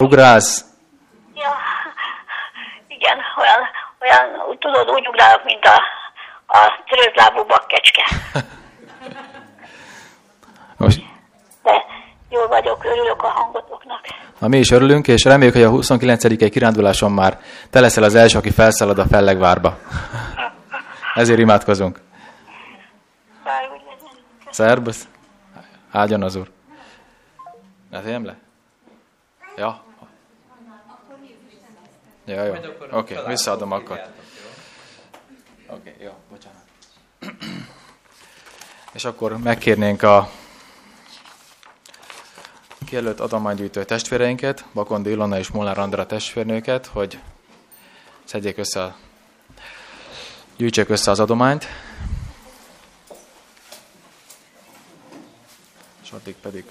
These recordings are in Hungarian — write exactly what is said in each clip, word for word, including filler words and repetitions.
ugrálsz? Ja, igen, olyan, olyan, tudod, úgy ugrálok, mint a, a törőzlábú bakkecske. Most. De jól vagyok, örülök a hangotoknak. Na, mi is örülünk, és reméljük, hogy a huszonkilencedikei kiránduláson már te leszel az első, aki felszállod a Fellegvárba. Ezért imádkozunk. Szerbusz. Áldjon az Úr. Ne tegyem le? Ja. Ja, jó. Oké, okay, visszaadom akkor. Oké, okay, jó, bocsánat. És akkor megkérnénk a kijelölt adománygyűjtő testvéreinket, Bakondi Ilona és Molnár Andra testvérnőket, hogy szedjék össze, a, gyűjtsék össze az adományt. És addig pedig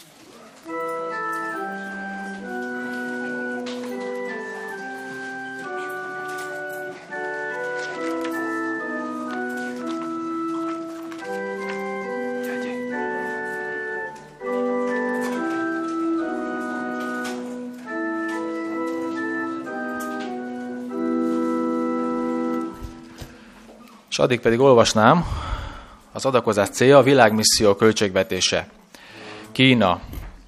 és addig pedig olvasnám, az adakozás célja a világmisszió költségvetése. Kína.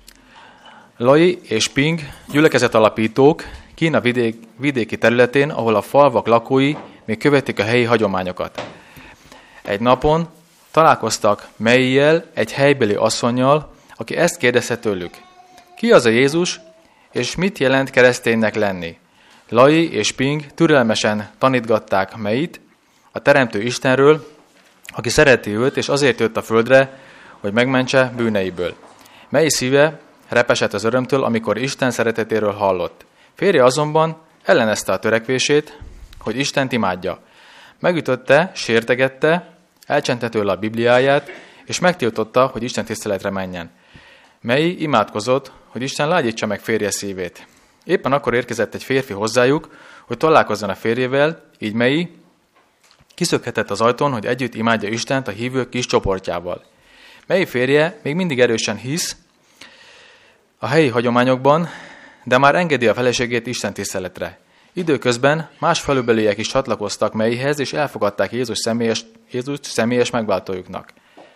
Lai és Ping gyülekezet alapítók Kína vidék, vidéki területén, ahol a falvak lakói még követik a helyi hagyományokat. Egy napon találkoztak Meijel, egy helybeli asszonnyal, aki ezt kérdezte tőlük. Ki az a Jézus, és mit jelent kereszténynek lenni? Lai és Ping türelmesen tanítgatták Meit, a Teremtő Istenről, aki szereti őt, és azért jött a földre, hogy megmentse bűneiből. Mei szíve repesett az örömtől, amikor Isten szeretetéről hallott. Férje azonban ellenezte a törekvését, hogy Istent imádja. Megütötte, sértegette, elcsente tőle a Bibliáját, és megtiltotta, hogy Isten tiszteletre menjen. Mei imádkozott, hogy Isten lágyítsa meg férje szívét. Éppen akkor érkezett egy férfi hozzájuk, hogy találkozzon a férjével, így Mei kiszökhetett az ajtón, hogy együtt imádja Istent a hívők kis csoportjával. Mei férje még mindig erősen hisz a helyi hagyományokban, de már engedi a feleségét Isten tiszteletre. Időközben más falubeliek is csatlakoztak Meihez, és elfogadták Jézus személyes, Jézus személyes megváltójuknak.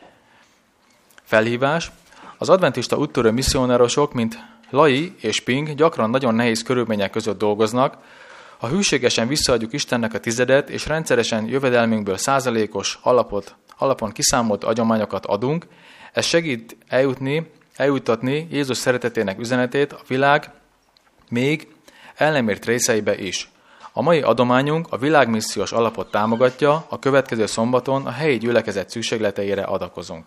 Felhívás. Az adventista úttörő misszionárosok, mint Lai és Ping gyakran nagyon nehéz körülmények között dolgoznak. Ha hűségesen visszaadjuk Istennek a tizedet, és rendszeresen jövedelmünkből százalékos alapot, alapon kiszámolt adományokat adunk, ez segít eljutni, eljuttatni Jézus szeretetének üzenetét a világ még el nem ért részeibe is. A mai adományunk a világmissziós alapot támogatja, a következő szombaton a helyi gyülekezet szükségleteire adakozunk.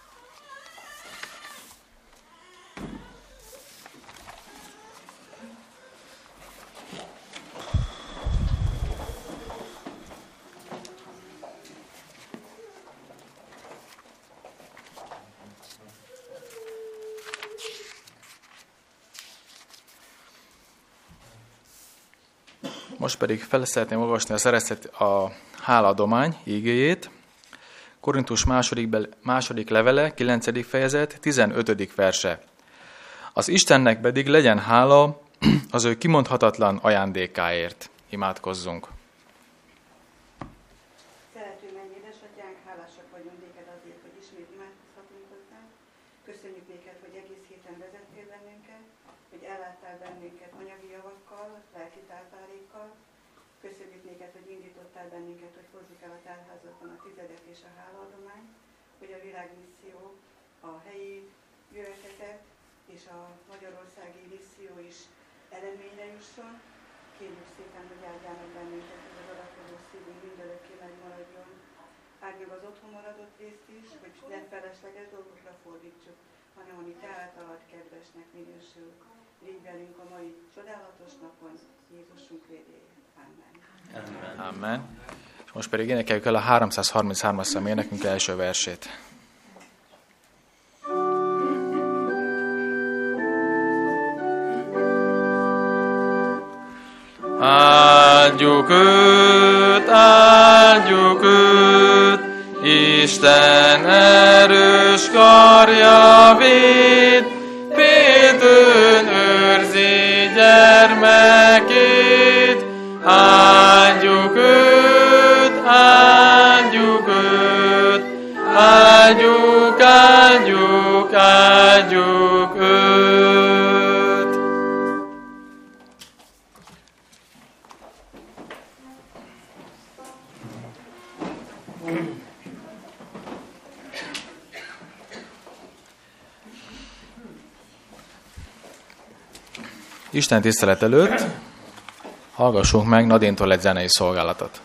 Most pedig fel szeretném olvasni a szerezet a hálaadomány ígéjét. Korintus második, be, második levele, kilencedik fejezet, tizenötödik verse. Az Istennek pedig legyen hála az ő kimondhatatlan ajándékáért. Imádkozzunk. Szerető mennyi édesatyánk, hálásak vagyunk néked azért, hogy ismét imádkozhatunk hozzánk. Köszönjük néked, hogy egész héten vezettél bennünket, hogy elláttál bennünket anyagi javakkal, lelki táplálékkal. Köszönjük néked, hogy indítottál bennünket, hogy hozzuk el a tárházakon a tizedet és a hálaadományt, hogy a világmisszió, a helyi gyülekezet és a magyarországi misszió is eredményre jusson. Kérjük szépen, hogy áldjának bennünket, hogy az adakozó szívünk mindörökké megmaradjon. Áld meg az otthon maradott részt is, hogy nem felesleges dolgokra fordítsuk, hanem ami te általad kedvesnek minősül. Légy velünk a mai csodálatos napon, Jézusunk védéért. Amen. Amen. És most pedig énekeljük el a háromszázharminchárom-as szám énekünk első versét. Áldjuk őt, áldjuk őt, Isten erős karja véd, védőn őrzi gyermekét, áldjuk őt, áldjuk őt, áldjuk, áldjuk, áldjuk őt. Isten tisztelet előtt hallgassunk meg Nadintól egy zenei szolgálatot.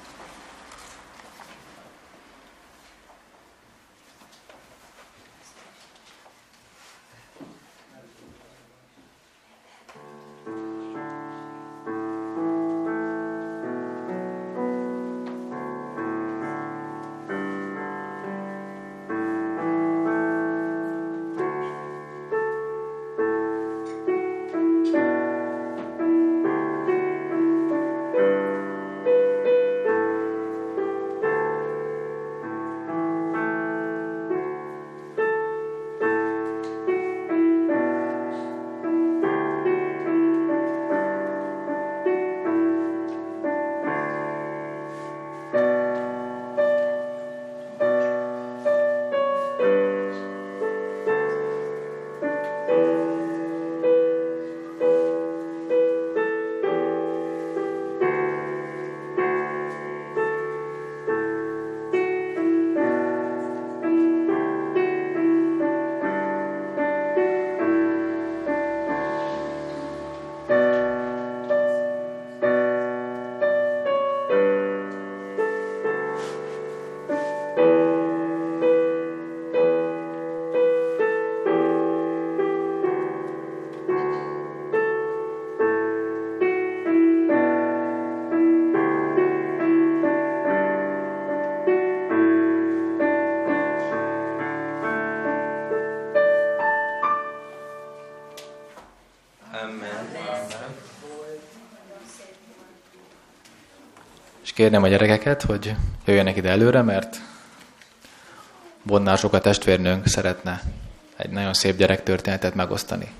Kérném a gyerekeket, hogy jöjjenek ide előre, mert Bodnár Zsoka testvérnőnk szeretne egy nagyon szép gyerektörténetet megosztani.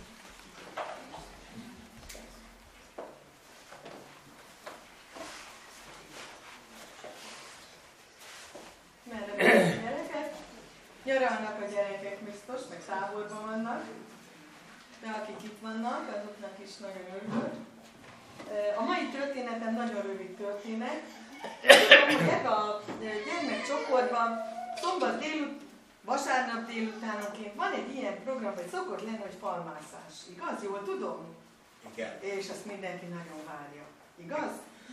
Gyerekek? Nyaralnak a gyerekek biztos, meg táborban vannak, de akik itt vannak, azoknak is nagyon örülök. A mai történetem nagyon rövid történet. Ebben a gyermekcsoportban szombat délut, vasárnap délutánonként van egy ilyen program, hogy szokott lenni, hogy falmászás. Igaz? Jól tudom? Igen. És ezt mindenki nagyon várja. Igaz?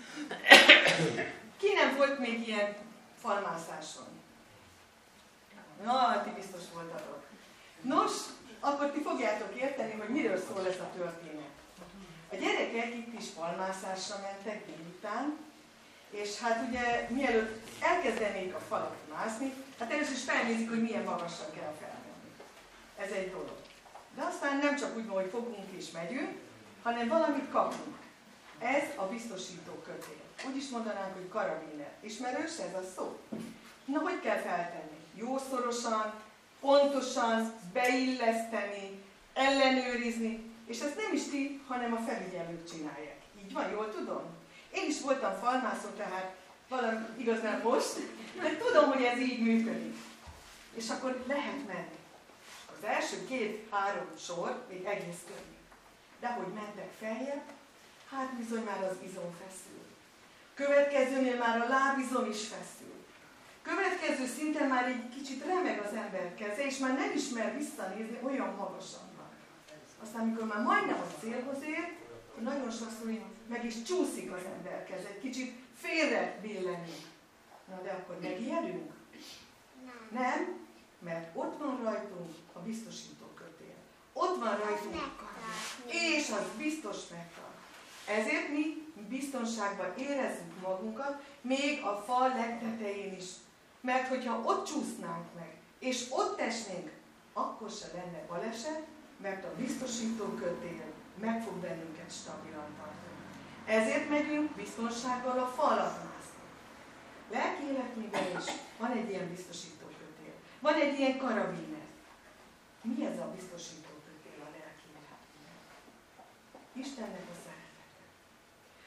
Ki nem volt még ilyen falmászáson? Na, ti biztos voltatok. Nos, akkor ti fogjátok érteni, hogy miről szól ez a történet. A gyerekek itt is falmászásra mentek délután, és hát ugye mielőtt elkezdenék a falat mászni, hát először is felnézik, hogy milyen magasan kell felmenni. Ez egy dolog. De aztán nem csak úgy van, hogy fogunk és megyünk, hanem valamit kapunk. Ez a biztosító kötél. Úgy is mondanánk, hogy karabiner. Ismerős ez a szó? Na, hogy kell feltenni? Jó szorosan, pontosan, beilleszteni, ellenőrizni, és ezt nem is ti, hanem a felügyelők csinálják. Így van, jól tudom? Én is voltam falmászó, tehát valami igazán most, de tudom, hogy ez így működik. És akkor lehet menni. Az első két-három sor még egész könnyű. De hogy mentek feljebb, hát bizony már az izom feszül. Következőnél már a lábizom is feszül. Következő szinten már egy kicsit remeg az ember keze, és már nem ismer visszanézni, olyan magasan van. Aztán, amikor már majdnem a célhoz ér, nagyon sokszor így meg is csúszik az ember keze, egy kicsit félre billenünk. Na de akkor megijedünk? Nem. Nem? Mert ott van rajtunk a biztosító kötél. Ott van rajtunk a kar. És az biztos megtart. Ezért mi biztonságban érezzük magunkat, még a fal legtetején is. Mert hogyha ott csúsznánk meg, és ott esnénk, akkor se lenne baleset, mert a biztosító kötél meg fog bennünket stabilan tartani. Ezért megyünk biztonsággal a falat mászni. Lelki életünkben is van egy ilyen biztosító kötél. Van egy ilyen karabiner. Mi ez a biztosító kötél a lelki életünkben? Istennek a szeretet.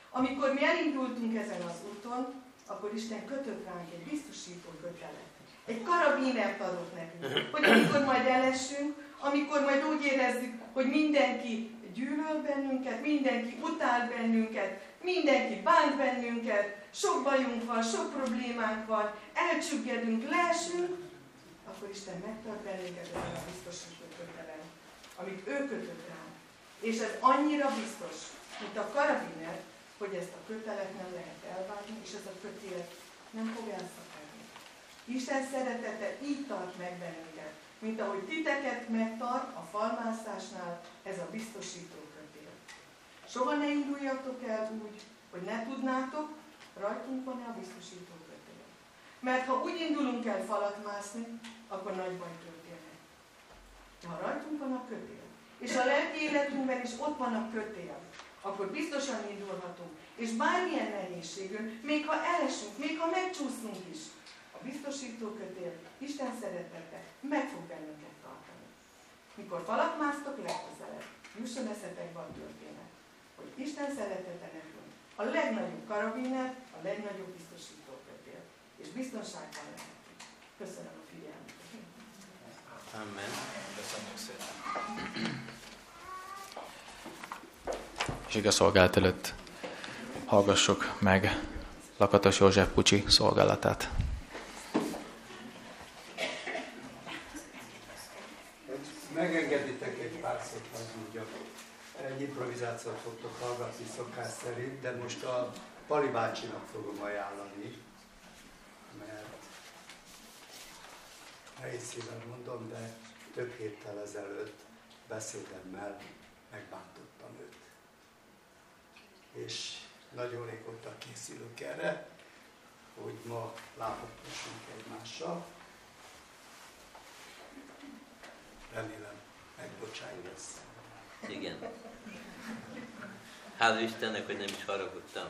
Amikor mi elindultunk ezen az úton, akkor Isten kötött ránk egy biztosító kötelet. Egy karabínert adott nekünk, hogy amikor majd elesünk, amikor majd úgy érezzük, hogy mindenki gyűlöl bennünket, mindenki utál bennünket, mindenki bánt bennünket, sok bajunk van, sok problémánk van, elcsüggedünk, leesünk, akkor Isten megtart bennünket ezen a biztosító kötelen, amit ő kötött ránk. És ez annyira biztos, mint a karabiner, hogy ezt a kötelet nem lehet elvágni, és ez a kötél nem fog elszakadni. Isten szeretete így tart meg bennünket, mint ahogy titeket megtart a falmászásnál ez a biztosító kötél. Soha ne induljatok el úgy, hogy ne tudnátok, rajtunk van-e a biztosító kötél. Mert ha úgy indulunk el falat mászni, akkor nagy baj történhet. De ha rajtunk van a kötél, és a lelki életünkben is ott van a kötél, akkor biztosan indulhatunk. És bármilyen nehézségünk, még ha elesünk, még ha megcsúszunk is, a biztosító kötél, Isten szeretete meg fog bennünket tartani. Mikor falat másztok legközelebb, jusson eszetekbe a történet, hogy Isten szeretete nekünk a legnagyobb karabiner, a legnagyobb biztosító kötél. És biztonságban lehetünk. Köszönöm a figyelmet. Amen. Köszönjük szépen. És igaz szolgálat előtt hallgassuk meg Lakatos József Pucsi szolgálatát. Megengeditek egy pár szót, hogy mondjak. Egy improvizációt fogtok hallgatni szokás szerint, de most a Pali bácsinak fogom ajánlani, mert nehéz szíven mondom, de több héttel ezelőtt beszédemmel megbántottam őt. És nagyon régóta készülök erre, hogy ma láthatósunk egymással. Remélem, megbocsáj lesz. Igen. Hála Istennek, hogy nem is haragudtam.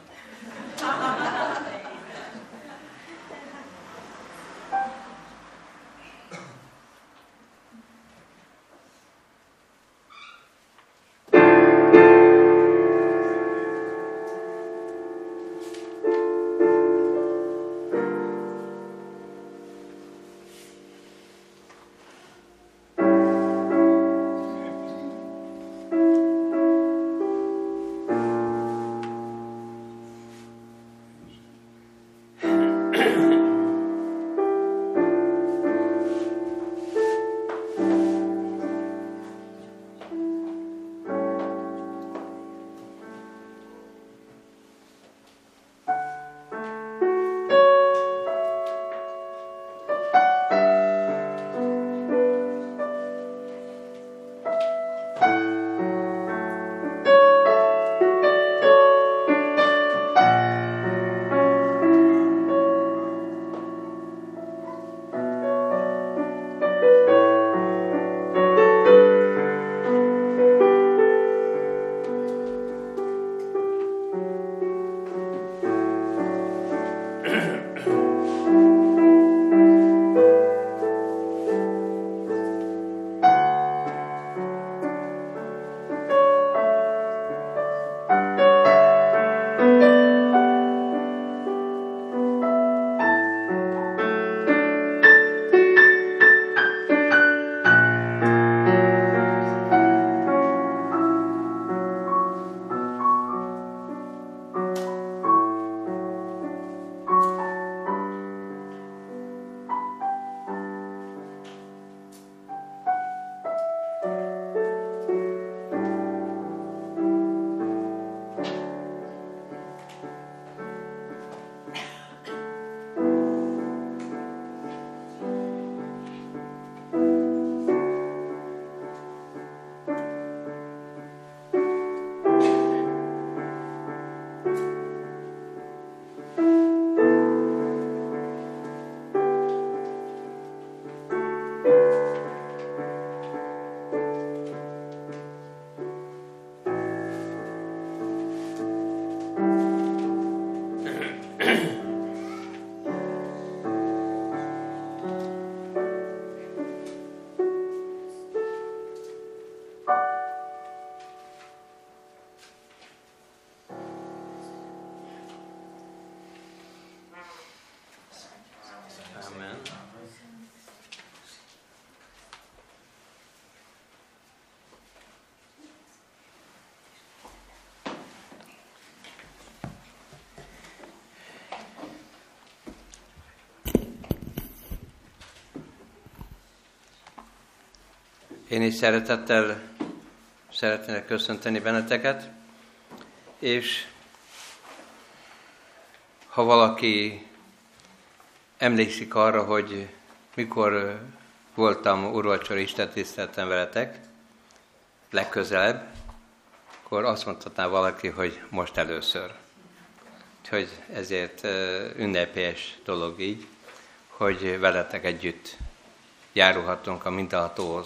Én is szeretettel szeretnék köszönteni benneteket, és ha valaki emlékszik arra, hogy mikor voltam úrvacsora istentiszteleten veletek, legközelebb, akkor azt mondhatná valaki, hogy most először. Úgyhogy ezért ünnepélyes dolog így, hogy veletek együtt járulhatunk a mindenhatóhoz.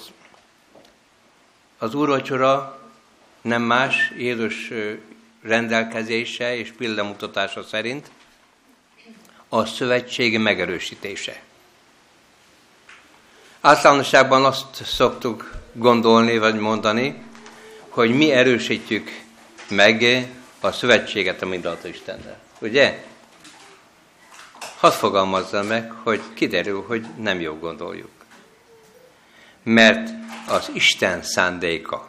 Az úrvacsora nem más Jézus rendelkezése és példamutatása szerint a szövetség megerősítése. Általánosságban azt szoktuk gondolni vagy mondani, hogy mi erősítjük meg a szövetséget a mindenható Istennel. Ugye? Hadd fogalmazzam meg, hogy kiderül, hogy nem jól gondoljuk. Mert az Isten szándéka,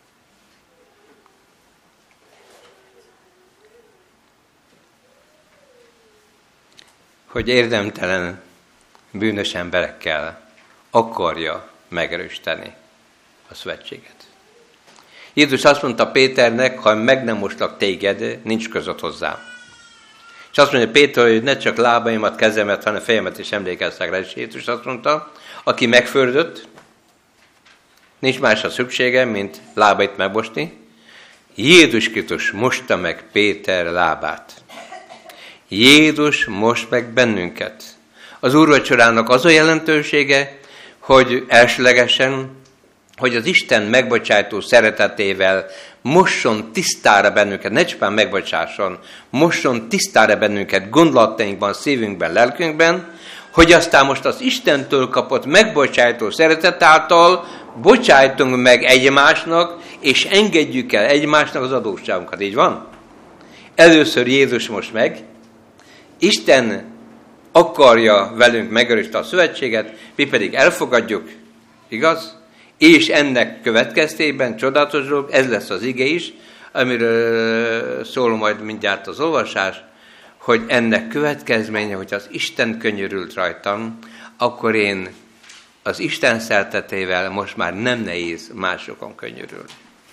hogy érdemtelen, bűnös emberekkel akarja megerősíteni a szövetséget. Jézus azt mondta Péternek, ha meg nem moslak téged, nincs között hozzám. És azt mondja Péter, hogy ne csak lábaimat, kezemet, hanem fejemet is emlékeztek rá. És Jézus azt mondta, aki megfürdött, nincs másra szüksége, mint lábait megmosni. Jézus Krisztus mosta meg Péter lábát. Jézus most meg bennünket. Az úrvacsorának az a jelentősége, hogy elsőlegesen, hogy az Isten megbocsátó szeretetével mosson tisztára bennünket, ne csupán megbocsásson, mosson tisztára bennünket gondolatainkban, szívünkben, lelkünkben, hogy aztán most az Istentől kapott megbocsátó szeretet által bocsájtunk meg egymásnak, és engedjük el egymásnak az adósságunkat. Így van? Először Jézus most meg, Isten akarja velünk megerősíteni a szövetséget, mi pedig elfogadjuk, igaz? És ennek következtében csodálatos dolog, ez lesz az ige is, amiről szól majd mindjárt az olvasás, hogy ennek következménye, hogy az Isten könyörült rajtam, akkor én az Isten szeretetével most már nem nehéz másokon könyörülni.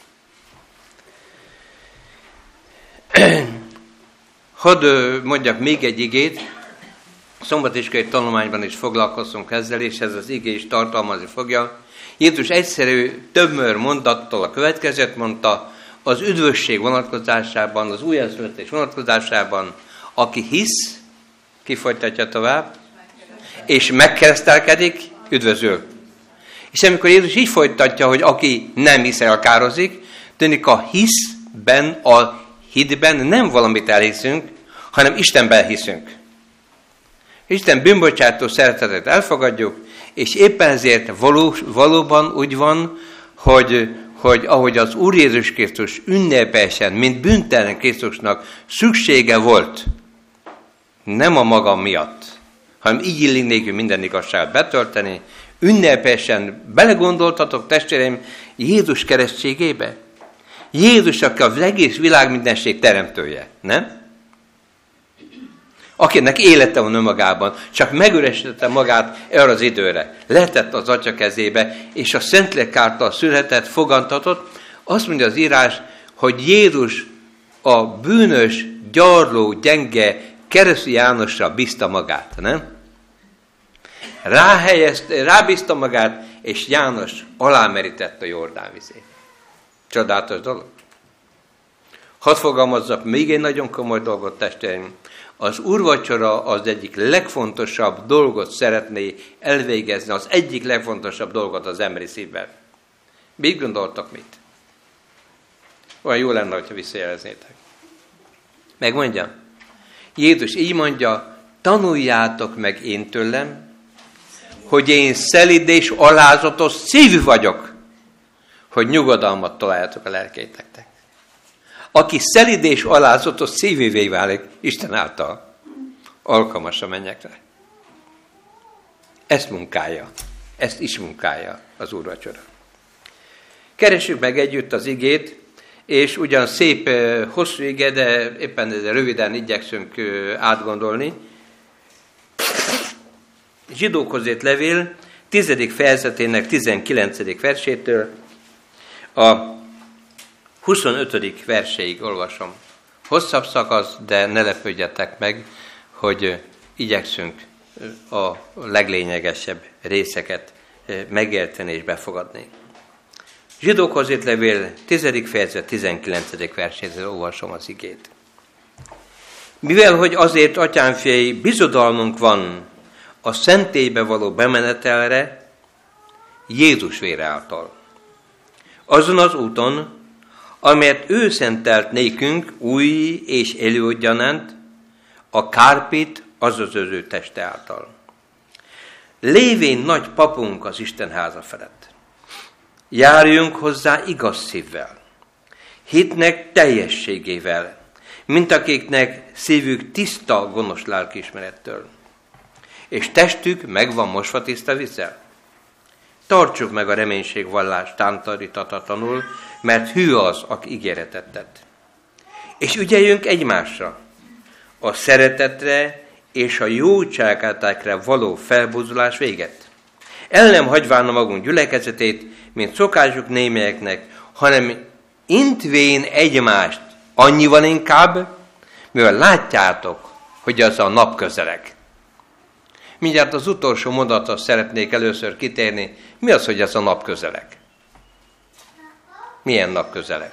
Hadd mondjak még egy igét, szombatiskai tanulmányban is foglalkozunk ezzel, és ez az ige is tartalmazni fogja. Jézus egyszerű, többmör mondattal a következőt mondta, az üdvösség vonatkozásában, az újjászületés vonatkozásában, aki hisz, ki folytatja tovább, és megkeresztelkedik, üdvözül. És amikor Jézus így folytatja, hogy aki nem hisz, elkározik, tűnik a hiszben, a hitben nem valamit elhiszünk, hanem Istenben hiszünk. Isten bűnbocsátó szeretetét elfogadjuk, és éppen ezért való, valóban úgy van, hogy, hogy ahogy az Úr Jézus Krisztus ünnepélyesen, mint bűntelen Krisztusnak szüksége volt, nem a maga miatt, hanem így illik nékünk minden igazságot betölteni, ünnepélyesen belegondoltatok, testvéreim, Jézus keresztségébe. Jézus, aki az egész világ mindenség teremtője, nem? Akinek élete van önmagában, csak megüresítette magát erre az időre. Letett az Atya kezébe, és a Szentlélek által született, fogantatott. Azt mondja az írás, hogy Jézus a bűnös, gyarló, gyenge Keresztül Jánosra bízta magát, nem? Ráhelyezte, rábízta magát, és János alámerítette a Jordán vizét. Csodálatos dolog. Hadd fogalmazzak még egy nagyon komoly dolgot, testvéreim. Az úrvacsora az egyik legfontosabb dolgot szeretné elvégezni, az egyik legfontosabb dolgot az emberi szívben. Mit gondoltak mit? Olyan jó lenne, hogyha visszajeleznétek. Megmondjam? Jézus így mondja, tanuljátok meg én tőlem, hogy én szelíd és alázatos szívű vagyok, hogy nyugodalmat találjátok a lelkéteknek. Aki szelíd és alázatos szívűvé válik Isten által, alkalmas a mennyekre. Ezt munkálja, ezt is munkálja az úrvacsora. Keressük meg együtt az igét, és ugyan szép, hosszú ige, de éppen röviden igyekszünk átgondolni. Zsidókhoz írt levél, tizedik fejezetének tizenkilencedik versétől a huszonötödik verséig olvasom. Hosszabb szakasz, de ne lepődjetek meg, hogy igyekszünk a leglényegesebb részeket megérteni és befogadni. Zsidókhoz írt levél tizedik fejezet tizenkilencedik versétől olvasom az igét. Mivel, hogy azért, atyámfiai, bizodalmunk van a szentélybe való bemenetelre Jézus vére által. Azon az úton, amelyet ő szentelt nékünk új és élő gyanánt, a kárpit, azaz az ő teste által. Lévén nagy papunk az Isten háza felett. Járjunk hozzá igaz szívvel, hitnek teljességével, mint akiknek szívük tiszta gonosz lelkiismerettől, és testük meg van mosva tiszta vízzel. Tartsuk meg a reménységvallást tántorítatlanul, mert hű az, aki ígéretet tett. És ügyeljünk egymásra, a szeretetre és a jóságátokra való felbuzulás véget. El nem hagyván a magunk gyülekezetét, mint szokásuk némelyeknek, hanem intvén egymást annyival inkább, mivel látjátok, hogy az a nap közeleg. Mindjárt az utolsó mondatra szeretnék először kitérni. Mi az, hogy ez a nap közeleg? Milyen nap közeleg?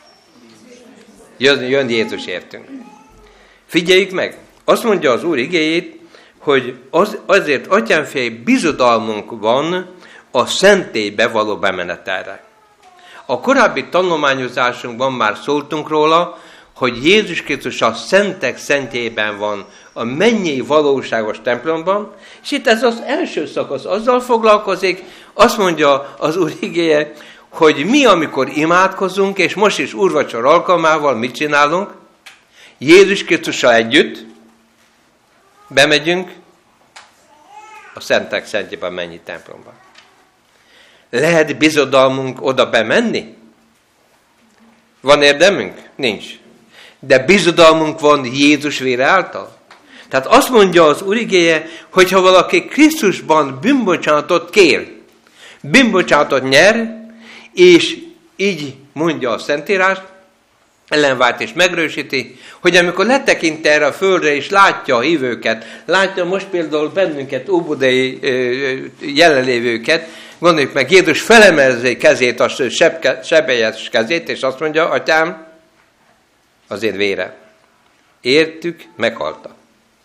Jön, jön Jézus értünk. Figyeljük meg, azt mondja az Úr igéjét, hogy az, azért, atyámfiai, bizodalmunk van a szentélybe való bemenetelre. A korábbi tanulmányozásunkban már szóltunk róla, hogy Jézus Krisztus a szentek szentjében van, a mennyei valóságos templomban, és itt ez az első szakasz azzal foglalkozik, azt mondja az Úr igéje, hogy mi, amikor imádkozunk, és most is úrvacsor alkalmával mit csinálunk? Jézus Krisztussal együtt bemegyünk a szentek szentjében, a mennyi templomban. Lehet bizodalmunk oda bemenni? Van érdemünk? Nincs. De bizodalmunk van Jézus vére által. Tehát azt mondja az Úr igéje, hogyha valaki Krisztusban bűnbocsánatot kér, bűnbocsánatot nyer, és így mondja a Szentírás, ellenvált és megerősíti, hogy amikor letekint erre a földre, és látja a hívőket, látja most például bennünket, óbudai jelenlévőket, gondoljuk meg, Jézus felemelzi kezét, a sebélyes kezét, és azt mondja, atyám, az én vére. Értük, meghalta.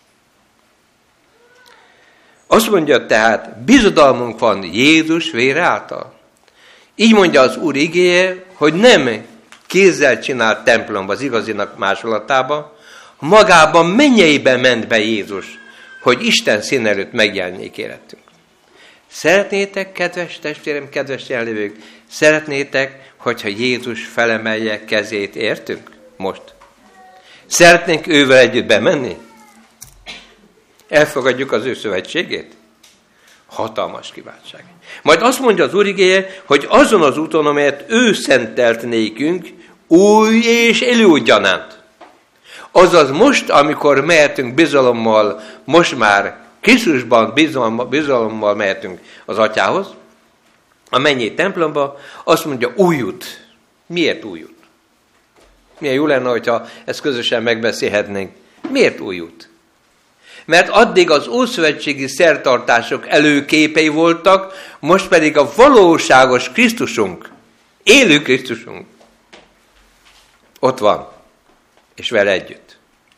Azt mondja tehát, bizodalmunk van Jézus vére által. Így mondja az Úr igéje, hogy nem kézzel csinált templomba, az igazinak másolatába, magában mennyeiben ment be Jézus, hogy Isten szín előtt megjelenik életünk. Szeretnétek, kedves testvérem, kedves jelenlévők, szeretnétek, hogyha Jézus felemelje kezét, értünk? Most. Szeretnénk ővel együtt bemenni? Elfogadjuk az ő szövetségét? Hatalmas kiváltság. Majd azt mondja az Úr igéje, hogy azon az úton, amelyet ő szentelt nékünk, új és élő gyanánt. Azaz most, amikor mehetünk bizalommal, most már Krisztusban bizalommal, bizalommal mehetünk az atyához, a mennyei templomba, azt mondja új út. Miért új út? Milyen jó lenne, hogyha ezt közösen megbeszélhetnénk. Miért új út? Mert addig az ószövetségi szertartások előképei voltak, most pedig a valóságos Krisztusunk, élő Krisztusunk ott van, és vele együtt.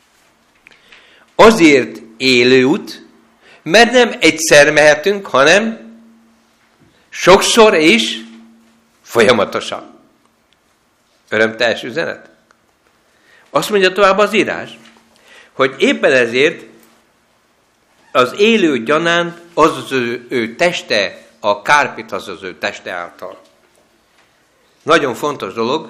Azért élő út, mert nem egyszer mehetünk, hanem sokszor és folyamatosan. Örömteljes üzenet? Azt mondja tovább az írás, hogy éppen ezért az élő gyanánt az az ő, ő teste, a kárpit az az ő teste által. Nagyon fontos dolog.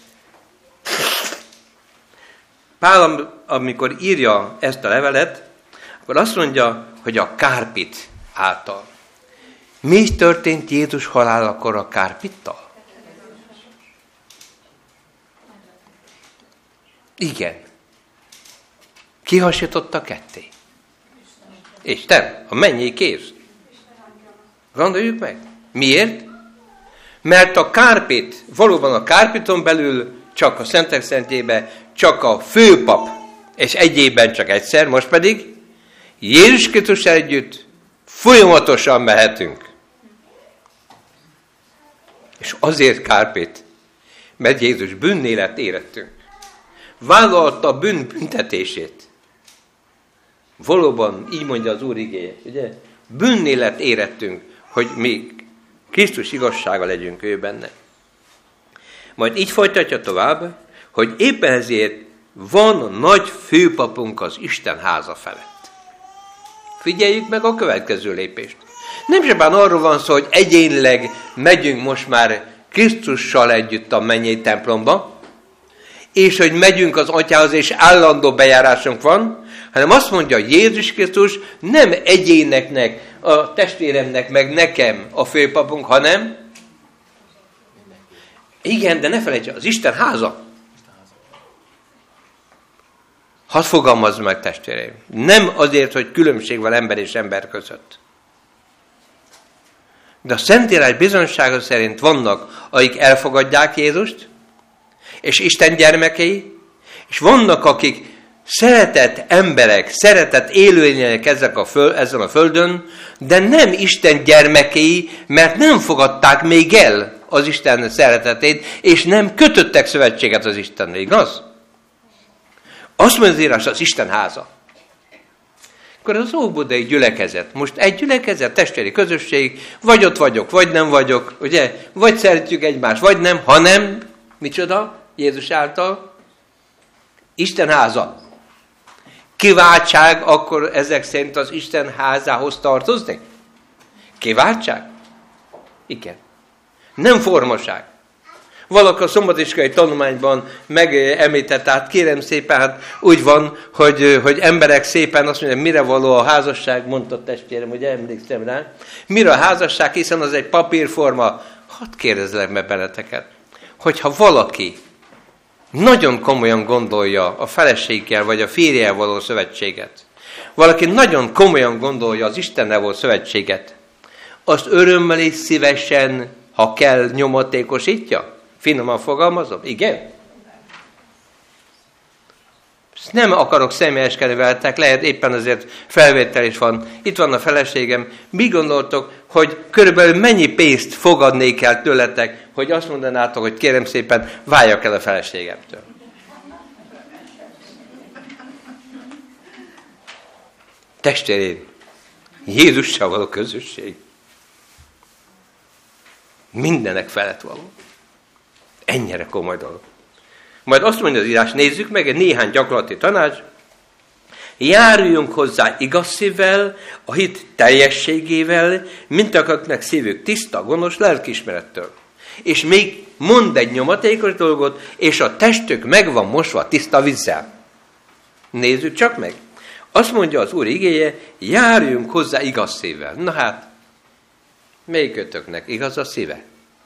Pál, amikor írja ezt a levelet, akkor azt mondja, hogy a kárpit által. Mi történt Jézus halálakor a kárpittal? Igen. Ki hasította ketté? Isten, a mennyei kéz. Gondoljuk meg. Miért? Mert a kárpit, valóban a kárpiton belül csak a Szentek Szentjébe, csak a főpap, és egyében csak egyszer, most pedig Jézus Krisztus együtt folyamatosan mehetünk. És azért kárpit, mert Jézus bűnné lett érettünk. Vállalta a bűn büntetését. Valóban, így mondja az Úr igéje, ugye? Bűnné lett érettünk, hogy mi Krisztus igazsága legyünk ő benne. Majd így folytatja tovább, hogy éppen ezért van nagy főpapunk az Isten háza felett. Figyeljük meg a következő lépést. Nem csupán arról van szó, hogy egyénileg megyünk most már Krisztussal együtt a mennyei templomba, és hogy megyünk az Atyához, és állandó bejárásunk van, hanem azt mondja Jézus Krisztus, nem egyéneknek, a testvéremnek, meg nekem a főpapunk, hanem igen, de ne felejtsd, az Isten háza. Hadd fogalmazz meg, testvéreim. Nem azért, hogy különbség van ember és ember között. De a Szentírás bizonysága szerint vannak, akik elfogadják Jézust, és Isten gyermekei, és vannak, akik szeretett emberek, szeretett élőlények ezek a föl, ezen a földön, de nem Isten gyermekei, mert nem fogadták még el az Isten szeretetét, és nem kötöttek szövetséget az Istennel, igaz? Azt mondja az írás, az Isten háza. Akkor az óbudai gyülekezet, most egy gyülekezet, testvéri közösség, vagy ott vagyok, vagy nem vagyok, ugye? Vagy szeretjük egymást, vagy nem, hanem, micsoda? Jézus által, Isten háza. Kiváltság akkor ezek szerint az Isten házához tartozni? Kiváltság? Igen. Nem formaság. Valaki a szombatiskai tanulmányban megemlített, tehát kérem szépen, hát úgy van, hogy, hogy emberek szépen azt mondják, mire való a házasság, mondta testvérem, hogy emlékszem rá. Mire a házasság, hiszen az egy papírforma. Hadd kérdezlek meg benneteket, hogyha valaki nagyon komolyan gondolja a feleséggel vagy a férjel való szövetséget, valaki nagyon komolyan gondolja az Istennel való szövetséget, azt örömmel és szívesen, ha kell, nyomatékosítja? Finoman fogalmazom? Igen? Ezt nem akarok személyeskedni veletek, lehet éppen azért felvétel is van. Itt van a feleségem. Mi gondoltok, hogy körülbelül mennyi pénzt fogadnék el tőletek, hogy azt mondanátok, hogy kérem szépen, váljak el a feleségemtől. Testvérem, Jézussal való közösség mindenek felett való. Ennyire komoly dolog. Majd azt mondja az írás, nézzük meg egy néhány gyakorlati tanács. Járuljunk hozzá igaz szívvel, a hit teljességével, mint akiknek szívük tiszta, gonosz lelkiismerettől. És még mond egy nyomatékos dolgot, és a testük meg van mosva tiszta vízzel. Nézzük csak meg. Azt mondja az Úr igéje, járuljunk hozzá igaz szívvel. Na hát, melyikötöknek igaz a szíve?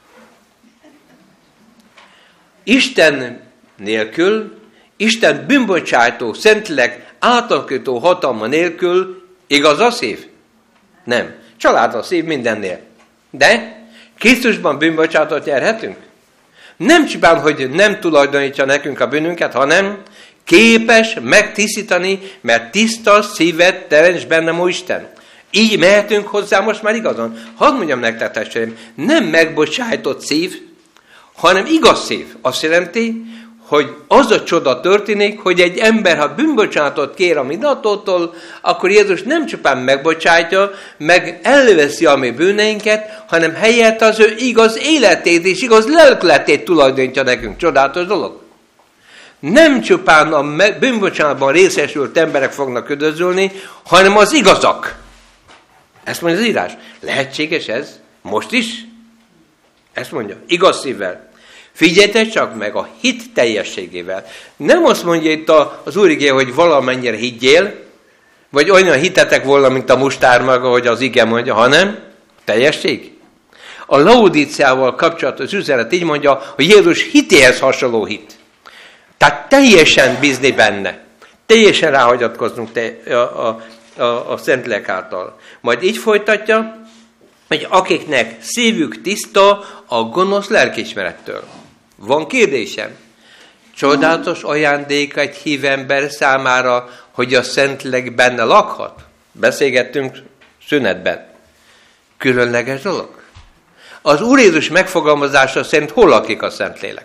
Isten nélkül, Isten bűnbocsátó, szentileg átalakító hatalma nélkül igaz a szív? Nem. Család a szív mindennél. De Krisztusban bűnbocsátot nyerhetünk? Nem csupán, hogy nem tulajdonítja nekünk a bűnünket, hanem képes megtisztítani, mert tiszta szívet teremts bennem, ó Isten. Így mehetünk hozzá most már igazon. Hadd mondjam nektek, testvéreim, nem megbocsájtott szív, hanem igaz szív. Azt jelenti, hogy az a csoda történik, hogy egy ember, ha bűnbocsánatot kér a minatótól, akkor Jézus nem csupán megbocsátja, meg elveszi a mi bűneinket, hanem helyett az ő igaz életét és igaz lelkületét tulajdonítja nekünk. Csodálatos dolog. Nem csupán a bűnbocsánatban részesült emberek fognak üdvözölni, hanem az igazak. Ezt mondja az írás. Lehetséges ez? Most is? Ezt mondja. Igaz szívvel. Figyeljetek csak meg a hit teljességével. Nem azt mondja itt az Úr igéje, hogy valamennyire higgyél, vagy olyan hitetek volna, mint a mustármaga, hogy az ige mondja, hanem teljesség. A Laodíceával kapcsolatos üzenet így mondja, hogy Jézus hitéhez hasonló hit. Tehát teljesen bízni benne. Teljesen ráhagyatkoznunk te, a, a, a, a Szentlélek által. Majd így folytatja, hogy akiknek szívük tiszta a gonosz lelkiismerettől. Van kérdésem. Csodálatos ajándék egy hív ember számára, hogy a Szentlélek benne lakhat? Beszélgettünk szünetben. Különleges dolog. Az Úr Jézus megfogalmazása szerint hol lakik a Szentlélek?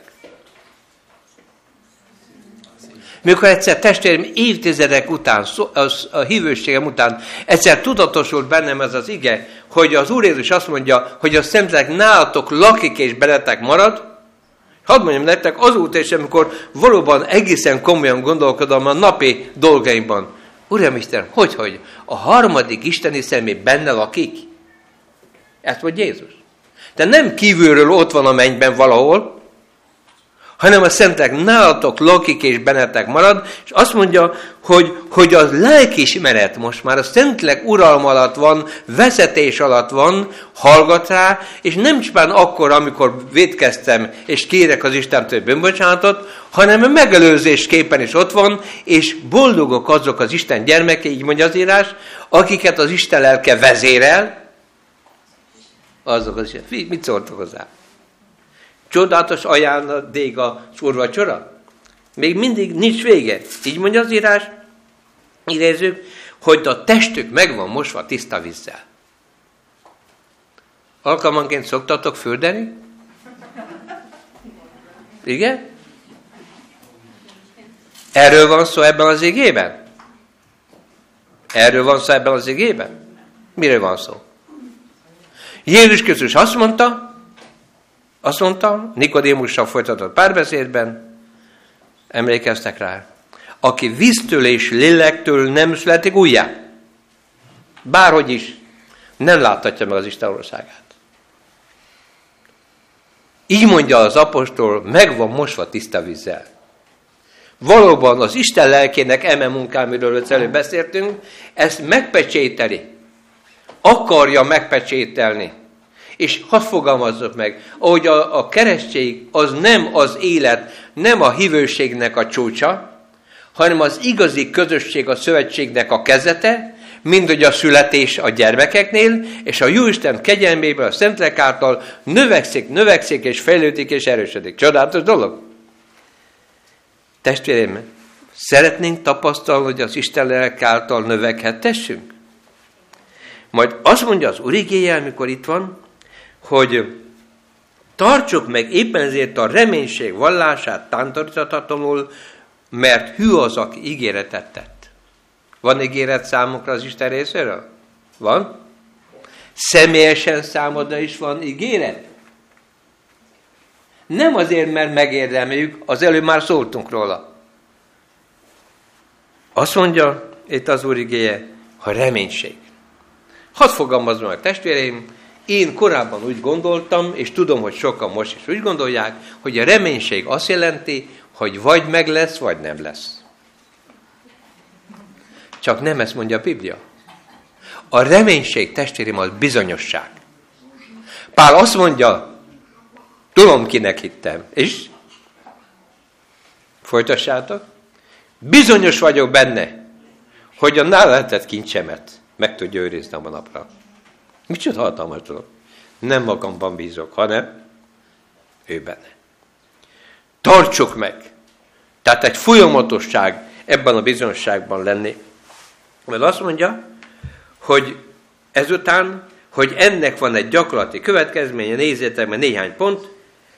Mikor egyszer testvérem évtizedek után, a hívőségem után egyszer tudatosult bennem ez az ige, hogy az Úr Jézus azt mondja, hogy a Szentlélek nálatok lakik és beletek marad. Hadd mondjam nektek, azóta is, amikor valóban egészen komolyan gondolkodom a napi dolgaimban. Uram Isten, hogy, hogy a harmadik isteni személy benne lakik? Ezt mondja Jézus. De nem kívülről ott van a mennyben valahol, hanem a Szentlélek nálatok lakik és bennetek marad, és azt mondja, hogy, hogy a lelkiismeret most már a Szentlélek uralma alatt van, vezetés alatt van, hallgat rá, és nem csupán akkor, amikor vétkeztem, és kérek az Istentől bűnbocsánatot, hanem a megelőzésképpen is ott van, és boldogok azok az Isten gyermekei, így mondja az írás, akiket az Isten lelke vezérel, azok az Isten. Mit szóltok hozzá? Csodálatos ajándék a úrvacsora? Még mindig nincs vége. Így mondja az írás, idézzük, hogy a testük meg van mosva tiszta vízzel. Alkalmanként szoktatok fürdeni? Igen? Erről van szó ebben az igében? Erről van szó ebben az igében? Miről van szó? Jézus Krisztus azt mondta, Azt mondta, Nikodémussal folytatott párbeszédben, emlékeztek rá, aki víztől és lélektől nem születik újjá, bárhogy is, nem láthatja meg az Isten országát. Így mondja az apostol, meg van mosva tiszta vízzel. Valóban az Isten lelkének eme munkám, amiről előbb beszéltünk, ezt megpecsételi. Akarja megpecsételni. És hadd fogalmazzuk meg, ahogy a, a keresztség az nem az élet, nem a hívőségnek a csúcsa, hanem az igazi közösség a szövetségnek a kezete, mindhogy a születés a gyermekeknél, és a Jóisten kegyelméből, a Szentlélek által növekszik, növekszik, és fejlődik, és erősödik. Csodálatos dolog. Testvérem, szeretnénk tapasztalni, hogy az Isten lélek által növekedhessünk? Majd azt mondja az Úr igéje, amikor itt van, hogy tartsuk meg éppen ezért a reménység vallását tántoríthatatlanul, mert hű az, aki ígéretet tett. Van ígéret számukra az Isten részéről? Van? Személyesen számodra is van ígéret? Nem azért, mert megérdemeljük, az előbb már szóltunk róla. Azt mondja itt az Úr igéje, ha reménység. Hadd fogalmazom meg, testvéreim, én korábban úgy gondoltam, és tudom, hogy sokan most is úgy gondolják, hogy a reménység azt jelenti, hogy vagy meg lesz, vagy nem lesz. Csak nem ezt mondja a Biblia. A reménység, testvérem, az bizonyosság. Pál azt mondja, tudom, kinek hittem, és folytassátok, bizonyos vagyok benne, hogy a nála tett kincsemet meg tudja őrizni a napra. Micsoda hatalmas dolog. Nem magamban bízok, hanem ő benne. Tartsuk meg. Tehát egy folyamatosság ebben a bizonyosságban lenni. Mert azt mondja, hogy ezután, hogy ennek van egy gyakorlati következménye, nézzétek meg néhány pont.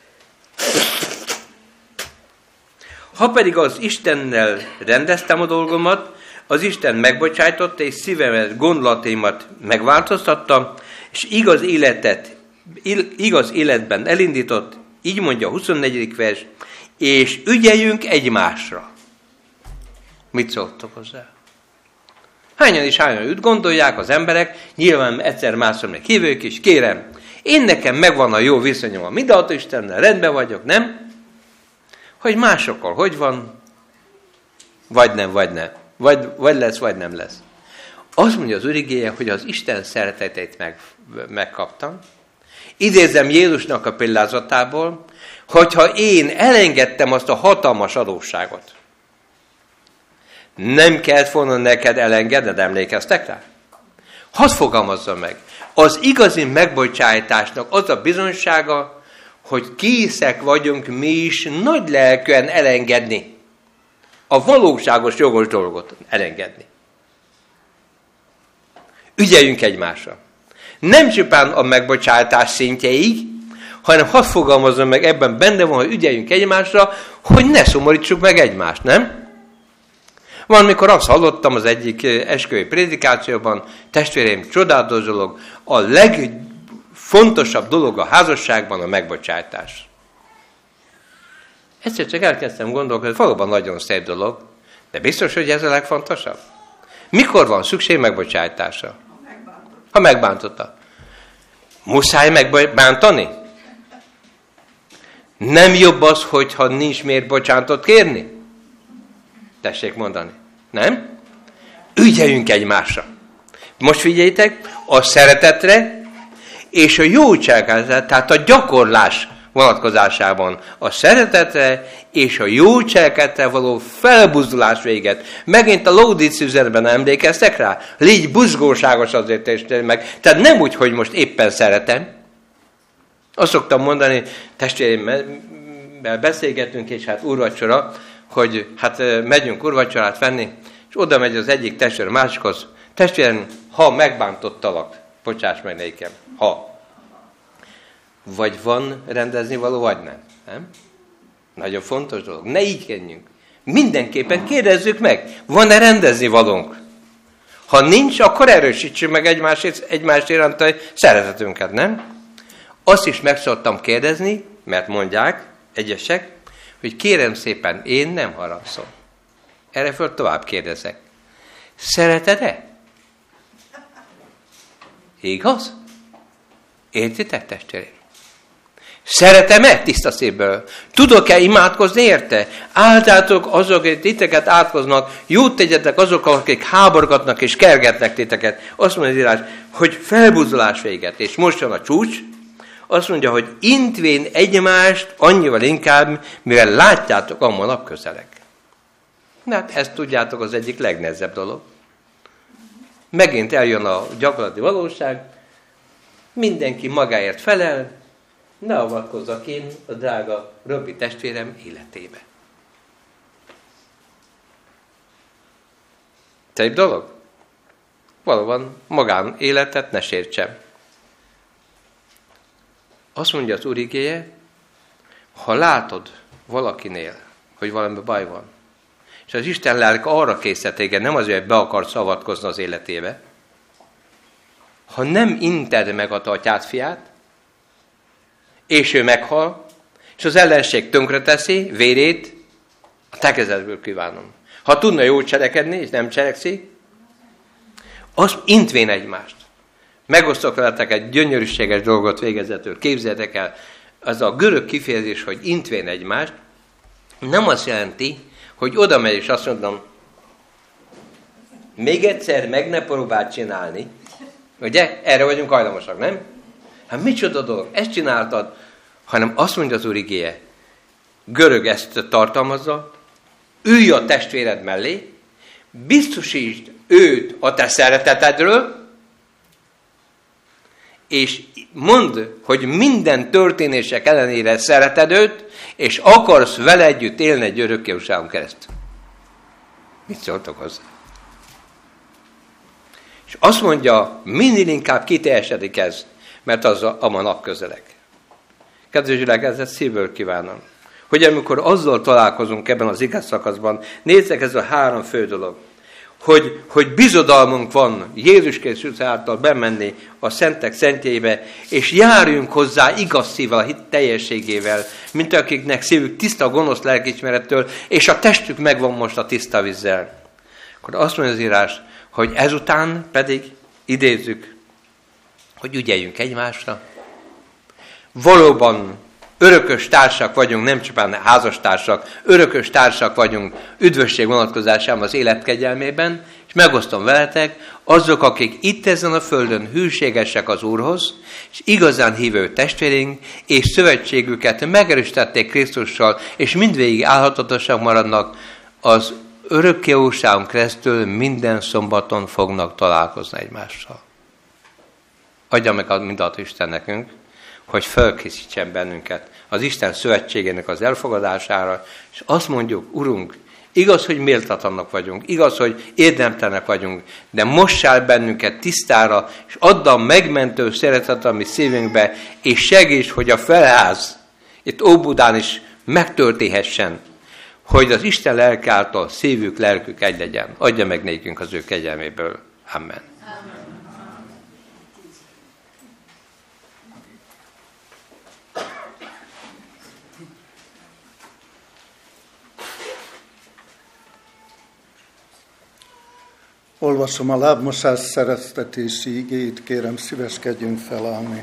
Ha pedig az Istennel rendeztem a dolgomat, az Isten megbocsájtotta, és szívemet, gondolataimat megváltoztatta, és igaz életet, igaz életben elindított, így mondja a huszonnegyedik vers, és ügyeljünk egymásra. Mit szóltok hozzá? Hányan is hányan úgy gondolják az emberek, nyilván egyszer-másszor meg hívők is, kérem, én nekem megvan a jó viszonyom a mindenható Istennel, rendben vagyok, nem? Hogy másokkal hogy van, vagy nem, vagy nem. Vagy, vagy lesz, vagy nem lesz. Azt mondja az Úr igéje, hogy az Isten szeretetét meg, megkaptam. Idézem Jézusnak a példázatából, hogyha én elengedtem azt a hatalmas adósságot, nem kellett volna neked elengedned, emlékeztek rá? Hadd fogalmazzam meg. Az igazi megbocsájtásnak az a bizonysága, hogy készek vagyunk mi is nagy lelkűen elengedni. A valóságos, jogos dolgot elengedni. Ügyeljünk egymásra. Nem csupán a megbocsátás szintjeig, hanem hadd fogalmazzam meg, ebben benne van, hogy ügyeljünk egymásra, hogy ne szomorítsuk meg egymást, nem? Van, mikor azt hallottam az egyik esküvői prédikációban, testvéreim, csodálatos dolog, a legfontosabb dolog a házasságban a megbocsátás. Egyszer csak elkezdtem gondolkodni, hogy valóban nagyon szép dolog, de biztos, hogy ez a legfontosabb. Mikor van szükség megbocsátásra? Ha megbántotta. Muszáj megbántani? Nem jobb az, hogyha nincs miért bocsánatot kérni? Tessék mondani. Nem? Ügyeljünk egymásra. Most figyeljétek, a szeretetre és a jóságra, tehát a gyakorlás vonatkozásában a szeretetre és a jó cselekedetre való felbuzdulás véget. Megint a Laudíciai üzenetben emlékeztek rá? Légy buzgóságos azért és meg. Tehát nem úgy, hogy most éppen szeretem. Azt szoktam mondani, testvéreimmel beszélgetünk, és hát úrvacsora, hogy hát megyünk úrvacsorát venni, és oda megy az egyik testvér a másikhoz. Testvérem, ha megbántottalak, bocsáss meg nekem, ha. Vagy van rendezni való, vagy nem. nem? Nagyon fontos dolog. Ne így kenjünk. Mindenképpen kérdezzük meg, van-e rendezni valónk? Ha nincs, akkor erősítsük meg egymás, egymás iránt a szeretetünket, nem? Azt is meg szoktam kérdezni, mert mondják egyesek, hogy kérem szépen, én nem haragszom. Erre föl tovább kérdezek. Szereted-e? Igaz? Értitek, testvérem? Szeretem-e tiszta szívből? Tudok-e imádkozni érte? Áldjátok azok, akik titeket átkoznak, jót tegyetek azok, akik háborgatnak és kergetnek titeket. Azt mondja az írás, hogy felbuzdulás véget. És most jön a csúcs, azt mondja, hogy intvén egymást annyival inkább, mivel látjátok a nap közeleg. Na hát ezt tudjátok, az egyik legnehezebb dolog. Megint eljön a gyakorlati valóság, mindenki magáért felel, ne avatkozzak én a drága Robi testvérem életébe. Szép dolog? Valóban magán életet ne sértsem. Azt mondja az Úr igéje, ha látod valakinél, hogy valami baj van, és az Isten lelke arra készít téged, nem azért, hogy be akarsz avatkozni az életébe, ha nem inted meg a te atyád fiát, és ő meghal, és az ellenség tönkreteszi vérét, a te kezedből kívánom. Ha tudna jól cselekedni, és nem cselekszi, azt intvén egymást. Megosztok veletek egy gyönyörűséges dolgot végezetül. Képzeljétek el, az a görög kifejezés, hogy intvén egymást, nem azt jelenti, hogy oda megy és azt mondom, még egyszer meg ne próbáld csinálni. Ugye? Erre vagyunk hajlamosak, nem? Hát micsoda dolog? Ezt csináltad, hanem azt mondja az Úr igéje. Görög ezt tartalmazza, ülj a testvéred mellé, biztosítsd őt a te szeretetedről, és mondd, hogy minden történések ellenére szereted őt, és akarsz vele együtt élni egy örökké jóságon keresztül. Mit szóltok hozzá? És azt mondja, minél inkább kiteljesedik ez, mert az a, a nap közeleg. Kedves gyülekezet, szívből kívánom, hogy amikor azzal találkozunk ebben az igaz szakaszban, nézzek, ez a három fő dolog, hogy, hogy bizodalmunk van Jézus Krisztus által bemenni a szentek szentjébe, és járjunk hozzá igaz szívvel, a hit teljességével, mint akiknek szívük tiszta gonosz lelkiismerettől, és a testük megvan most a tiszta vízzel. Akkor azt mondja az írás, hogy ezután pedig idézzük, hogy ügyeljünk egymásra. Valóban örökös társak vagyunk, nem csupán házastársak, örökös társak vagyunk üdvösség vonatkozásában az élet kegyelmében, és megosztom veletek, azok, akik itt ezen a földön hűségesek az Úrhoz, és igazán hívő testvéreink, és szövetségüket megerősítették Krisztussal, és mindvégig állhatatosak maradnak, az örökké jóságon keresztül minden szombaton fognak találkozni egymással. adja meg a mindent Isten nekünk, hogy felkészítsen bennünket az Isten szövetségének az elfogadására, és azt mondjuk, Urunk, igaz, hogy méltatlanok vagyunk, igaz, hogy érdemtelenek vagyunk, de mossál bennünket tisztára, és add a megmentő szeretet a mi szívünkbe, és segíts, hogy a felház itt Óbudán is megtörténhessen, hogy az Isten lelke által szívük, lelkük egy legyen. Adja meg nékünk az ő kegyelméből. Amen. Olvasom a lábmosás szereztetési igét, kérem szíveskedjünk felállni.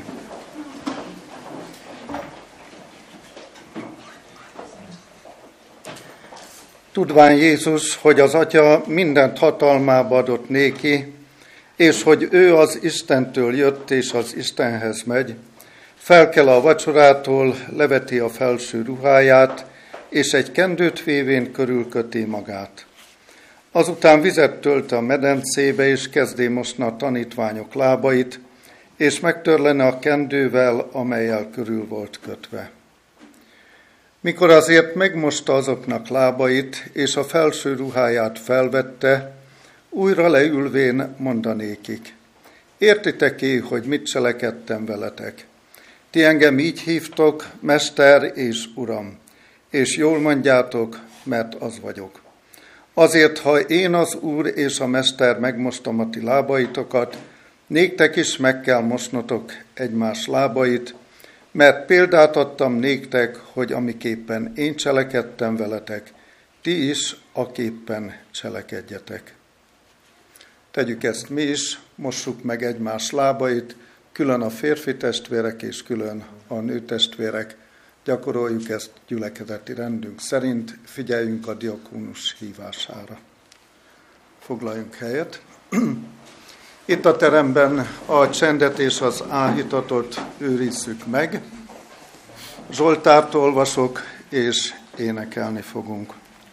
Tudván Jézus, hogy az Atya mindent hatalmába adott néki, és hogy ő az Istentől jött és az Istenhez megy, felkel a vacsorától, leveti a felső ruháját, és egy kendőt vévén körülköti magát. Azután vizet tölt a medencébe, és kezdé mosna a tanítványok lábait, és megtörlene a kendővel, amellyel körül volt kötve. Mikor azért megmosta azoknak lábait, és a felső ruháját felvette, újra leülvén mondanékik: értitek-e, hogy mit cselekedtem veletek? Ti engem így hívtok, Mester és Uram, és jól mondjátok, mert az vagyok. Azért, ha én az Úr és a Mester megmostom a ti lábaitokat, néktek is meg kell mosnotok egymás lábait, mert példát adtam néktek, hogy amiképpen én cselekedtem veletek, ti is aképpen cselekedjetek. Tegyük ezt mi is, mossuk meg egymás lábait, külön a férfi testvérek és külön a nő testvérek. Gyakoroljuk ezt gyülekezeti rendünk szerint, figyeljünk a diakónus hívására. Foglaljunk helyet. Itt a teremben a csendet és az áhítatot őrizzük meg. Zsoltárt olvasok, és énekelni fogunk.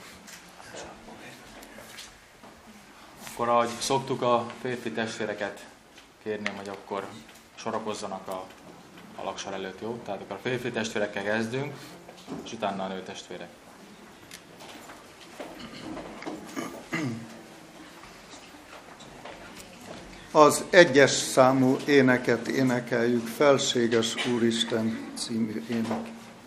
Akkor, ahogy szoktuk a férfi testvéreket, kérném, hogy akkor sorakozzanak a alaksor előtt, jó? Tehát akkor a férfi testvérekkel kezdünk, és utána a nő testvérek. Az egyes számú éneket énekeljük, Felséges Úristen című ének.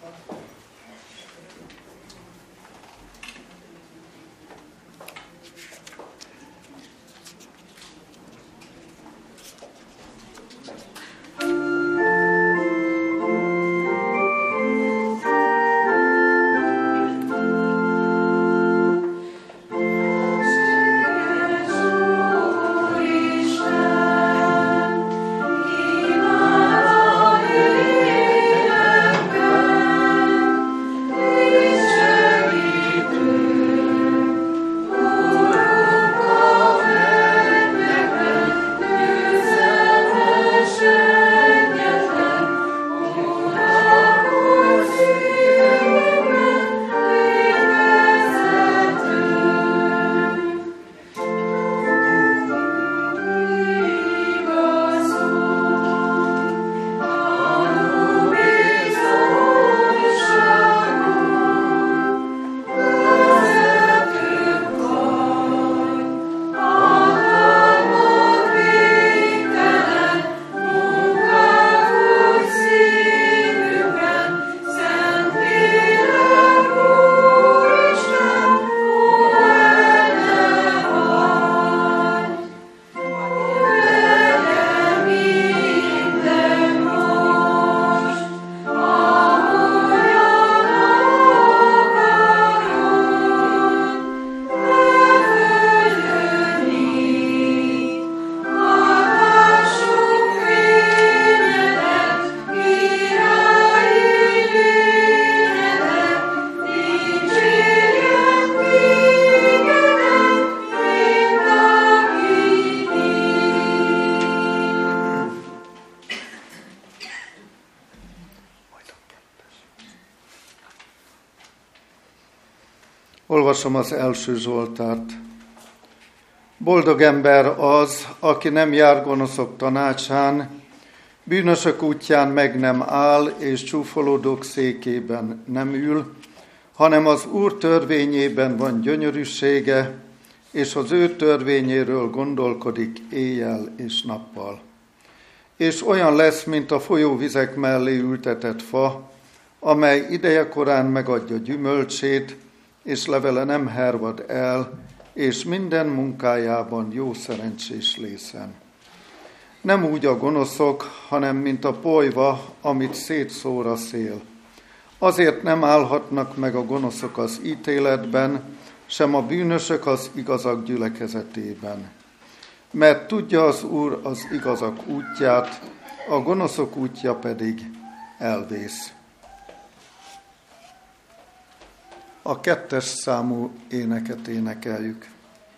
Olvasom az első Zsoltárt. Boldog ember az, aki nem jár gonoszok tanácsán, Bűnösök útján meg nem áll, és csúfolódók székében nem ül, hanem az Úr törvényében van gyönyörűsége, és az ő törvényéről gondolkodik éjjel és nappal. És olyan lesz, mint a folyóvizek mellé ültetett fa, amely idejekorán megadja gyümölcsét, és levele nem hervad el, és minden munkájában jó szerencsés lészen. Nem úgy a gonoszok, hanem mint a polyva, amit szétszór a szél. Azért nem állhatnak meg a gonoszok az ítéletben, sem a bűnösök az igazak gyülekezetében. Mert tudja az Úr az igazak útját, a gonoszok útja pedig elvész. A kettes számú éneket énekeljük.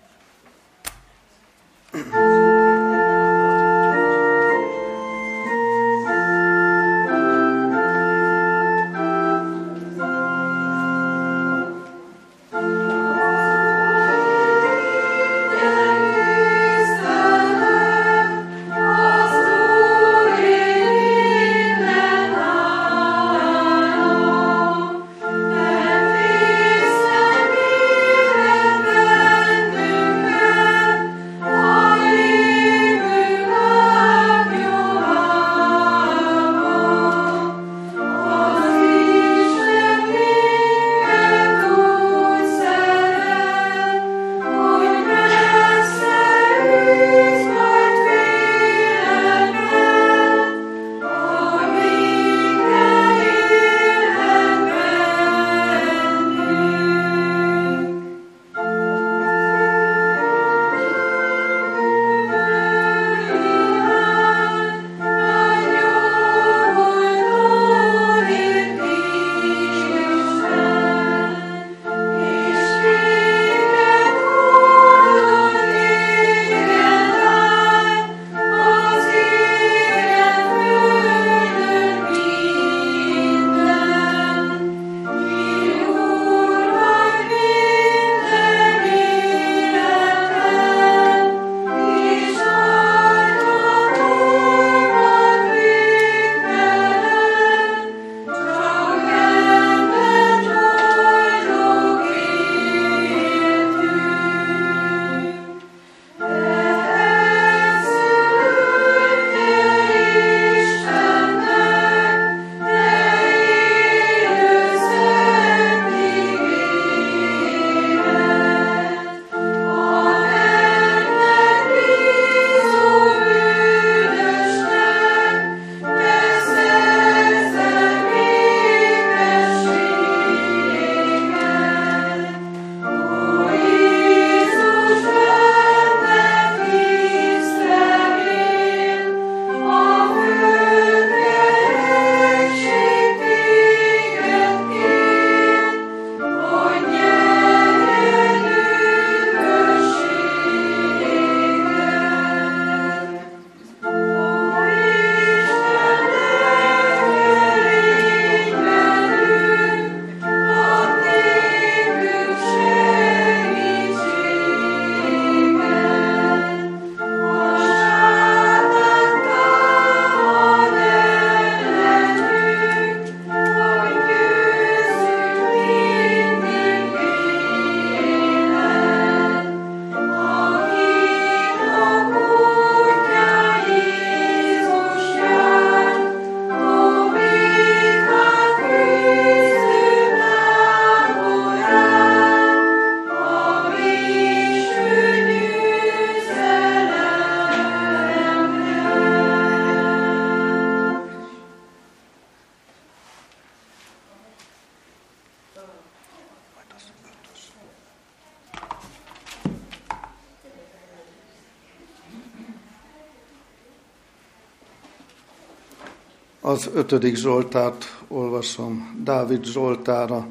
Az ötödik Zsoltárt olvasom, Dávid Zsoltára.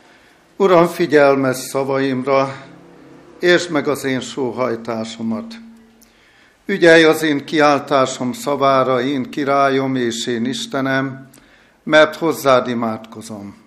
Uram, figyelmez szavaimra, értsd meg az én sóhajtásomat. Ügyelj az én kiáltásom szavára, én királyom és én Istenem, mert hozzád imádkozom.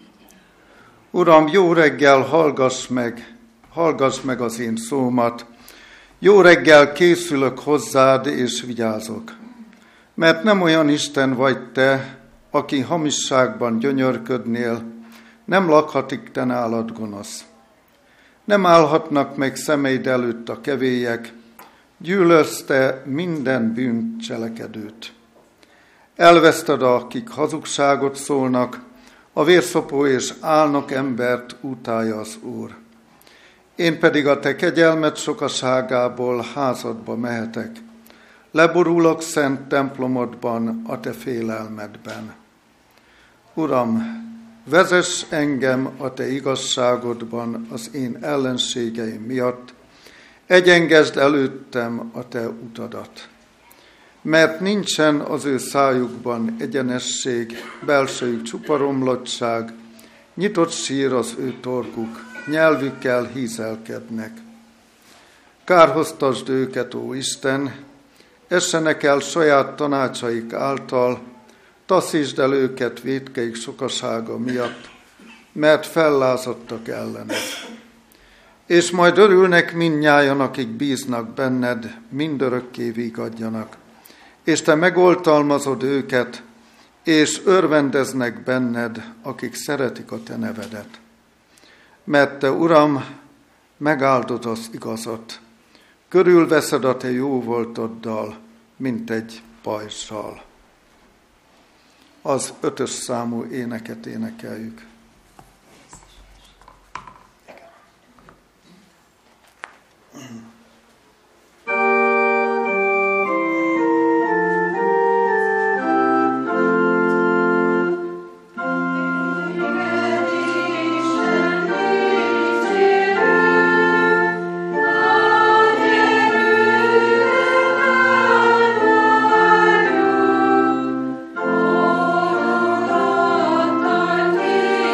Uram, jó reggel, hallgass meg, hallgass meg az én szómat. Jó reggel készülök hozzád és vigyázok. Mert nem olyan Isten vagy te, aki hamisságban gyönyörködnél, nem lakhatik te nálad gonosz. Nem állhatnak meg szemeid előtt a kevélyek, gyűlölsz te minden bűncselekedőt. Elveszted, akik hazugságot szólnak, a vérszopó és álnok embert utálja az Úr. Én pedig a te kegyelmed sokaságából házadba mehetek. Leborulok szent templomodban, a te félelmedben. Uram, vezess engem a te igazságodban az én ellenségeim miatt, egyengesd előttem a te utadat. Mert nincsen az ő szájukban egyenesség, belsőjük csupa romlottság, nyitott sír az ő torkuk, nyelvükkel hízelkednek. Kárhoztasd őket, ó Isten, essenek el saját tanácsaik által, taszítsd el őket vétkeik sokasága miatt, mert fellázadtak ellened. És majd örülnek mindnyájan, akik bíznak benned, mindörökké vigadjanak. És te megoltalmazod őket, és örvendeznek benned, akik szeretik a te nevedet. Mert te, Uram, megáldod az igazat, körülveszed a te jó voltoddal, mint egy pajzsal. Az ötös számú éneket énekeljük. Oh,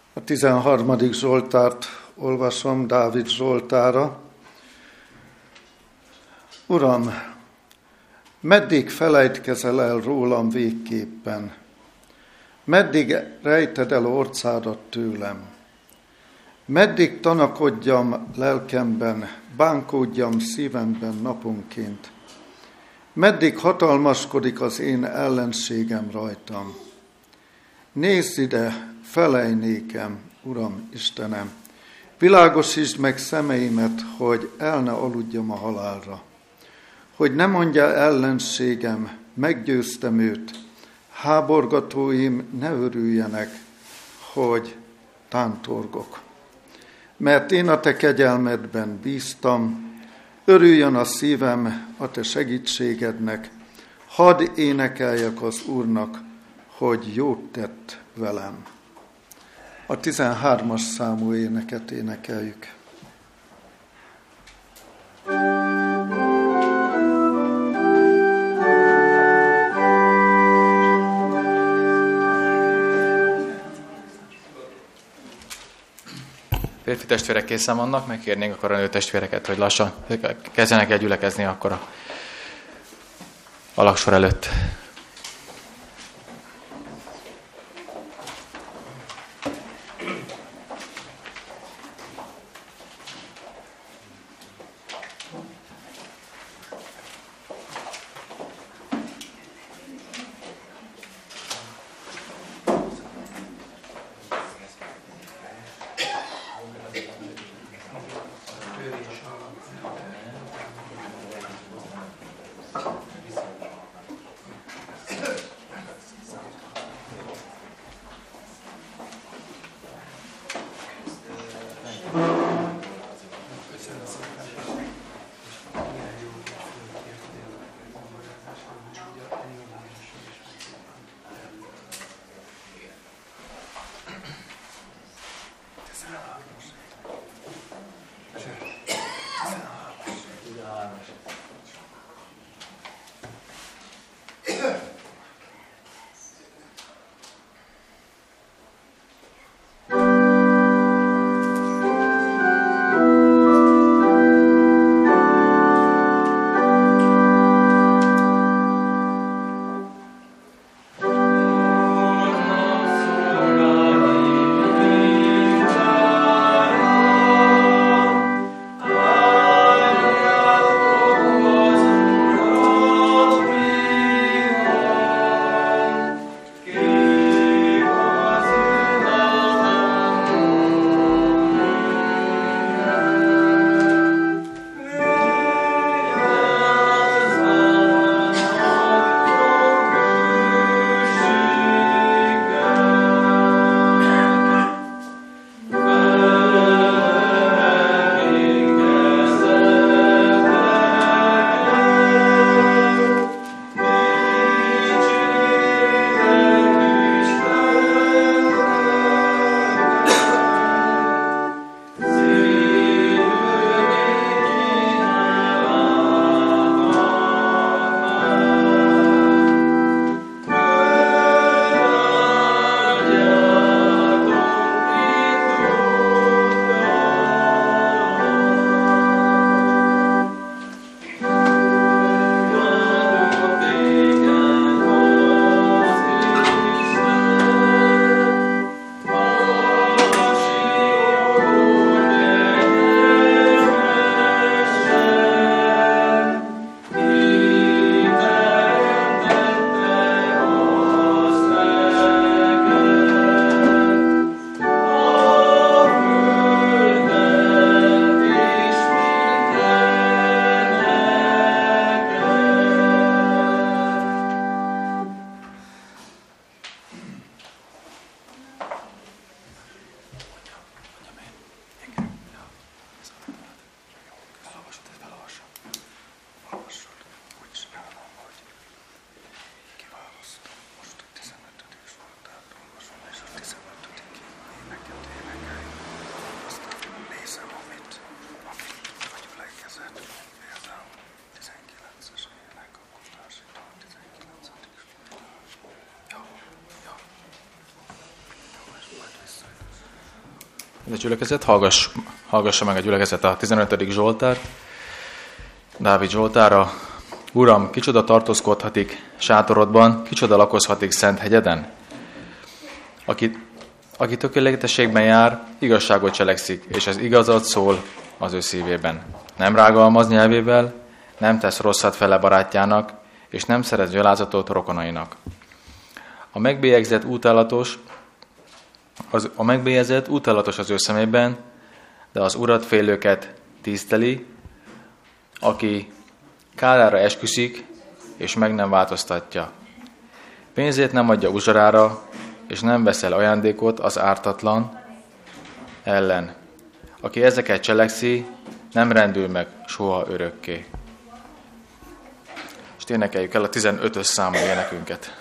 A tizenharmadik Zsoltárt olvasom, Dávid Zsoltára. Uram, meddig felejtkezel el rólam végképpen? Meddig rejted el orcádat tőlem? Meddig tanakodjam lelkemben, bánkódjam szívemben naponként? Meddig hatalmaskodik az én ellenségem rajtam? Nézz ide, felej nékem, Uram Istenem, világosítsd meg szemeimet, hogy el ne aludjam a halálra. Hogy ne mondja ellenségem, meggyőztem őt, háborgatóim ne örüljenek, hogy tántorgok. Mert én a te kegyelmedben bíztam, örüljön a szívem a te segítségednek, hadd énekeljek az Úrnak, hogy jót tett velem. A tizenhármas számú éneket énekeljük. Férfi testvérek készen vannak, megkérnénk akkor a nő testvéreket, hogy lassan kezdjenek el gyülekezni akkor a alaksor előtt. a gyülekezet, hallgass, hallgassa meg a gyülekezet a tizenötödik Zsoltárt, Dávid Zsoltára. Uram, kicsoda tartózkodhatik sátorodban, kicsoda lakozhatik szent hegyeden? Aki, aki tökéletességben jár, igazságot cselekszik, és az igazat szól az ő szívében. Nem rágalmaz nyelvével, nem tesz rosszat fele barátjának, és nem szeret gyalázatot rokonainak. A megbélyegzett utálatos, az, a megbélyegzett utálatos az ő szemében, de az urat félőket tiszteli, aki kárára esküszik, és meg nem változtatja. Pénzét nem adja uzsorára, és nem veszel ajándékot az ártatlan ellen. Aki ezeket cselekszi, nem rendül meg soha örökké. És énekeljük el a tizenötös számú énekünket.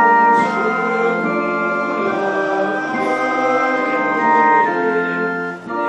Amen.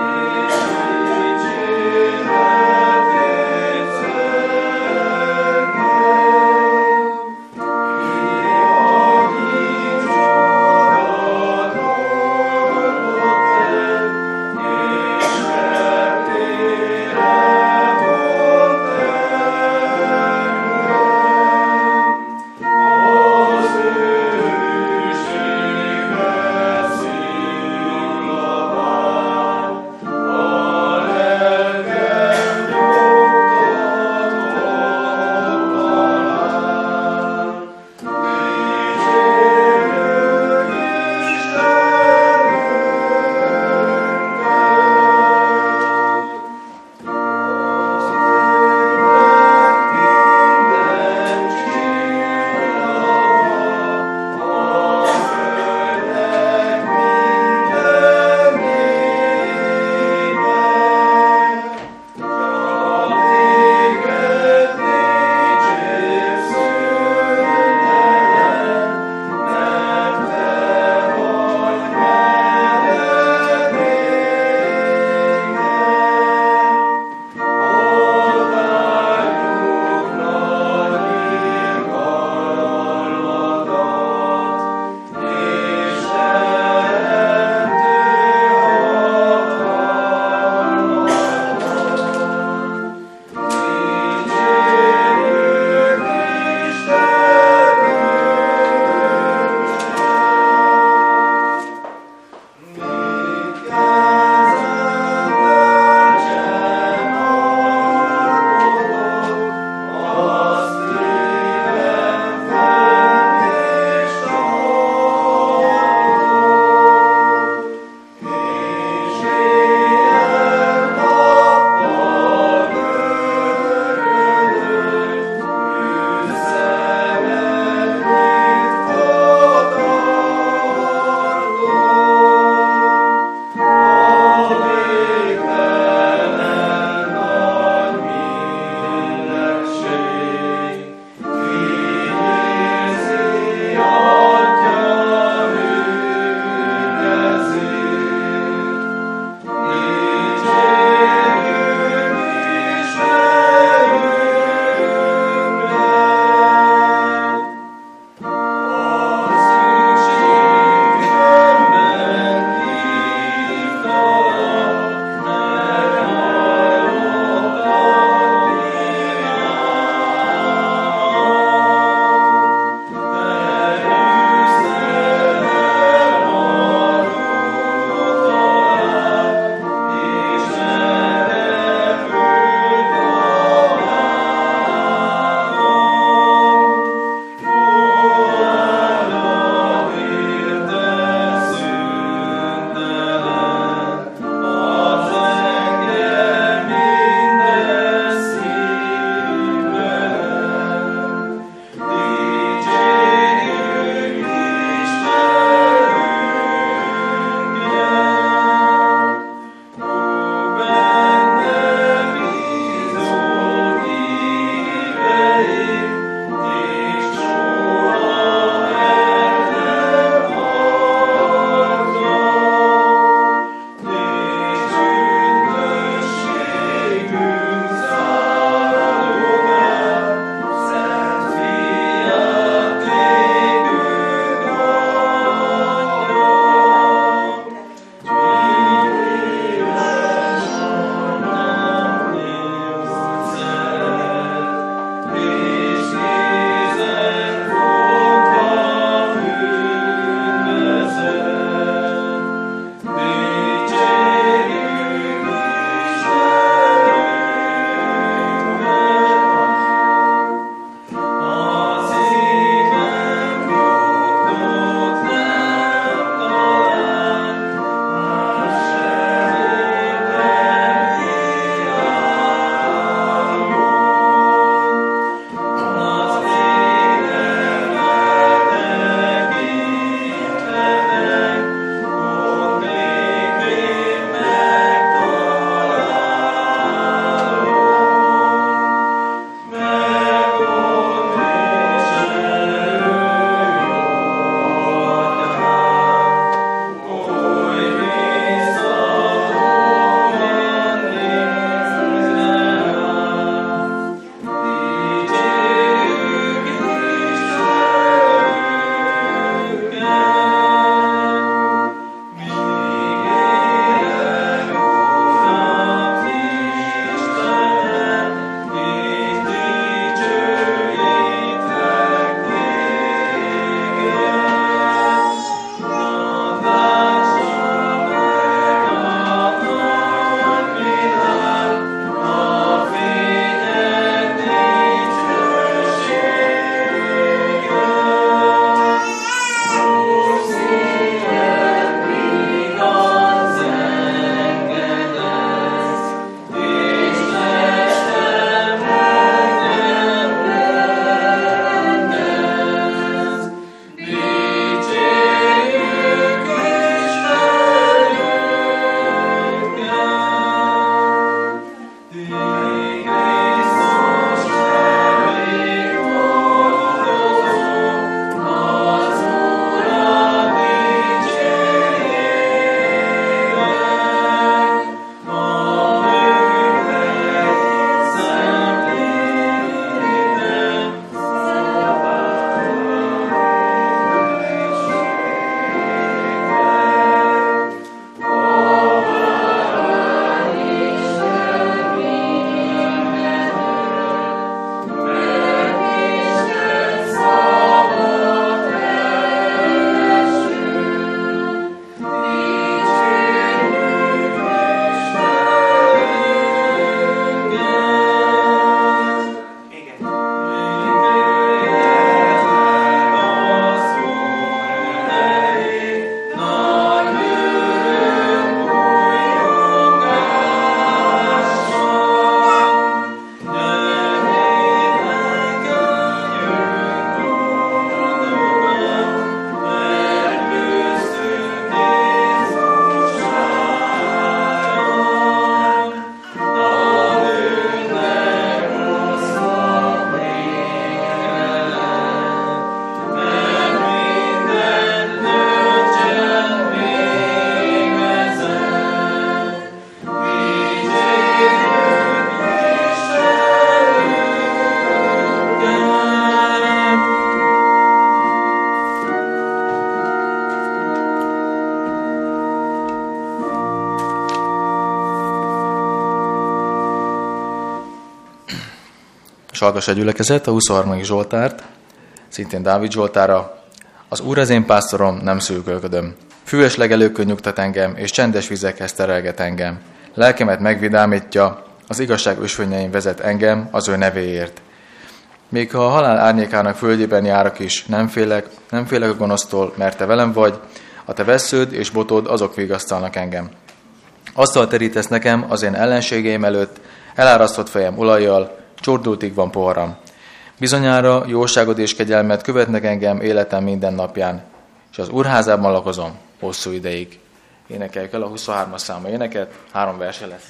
hallgassa a gyülekezet a huszonharmadik Zsoltárt, szintén Dávid Zsoltára. Az Úr az én pásztorom, nem szűkölködöm. Füves legelőkön nyugtat engem, és csendes vizekhez terelget engem. Lelkemet megvidámítja, az igazság ösvönyein vezet engem az ő nevéért. Még ha a halál árnyékának földjében járok is, nem félek, nem félek a gonosztól, mert te velem vagy, a te vessződ és botod azok vigasztalnak engem. Asztalt terítesz nekem az én ellenségeim előtt, elárasztott fejem olajjal, csordultig van poharam. Bizonyára jóságod és kegyelmet követnek engem életem minden napján, és az Úrházában lakozom hosszú ideig. Énekeljük el a huszonhármas számú éneket, három verse lesz.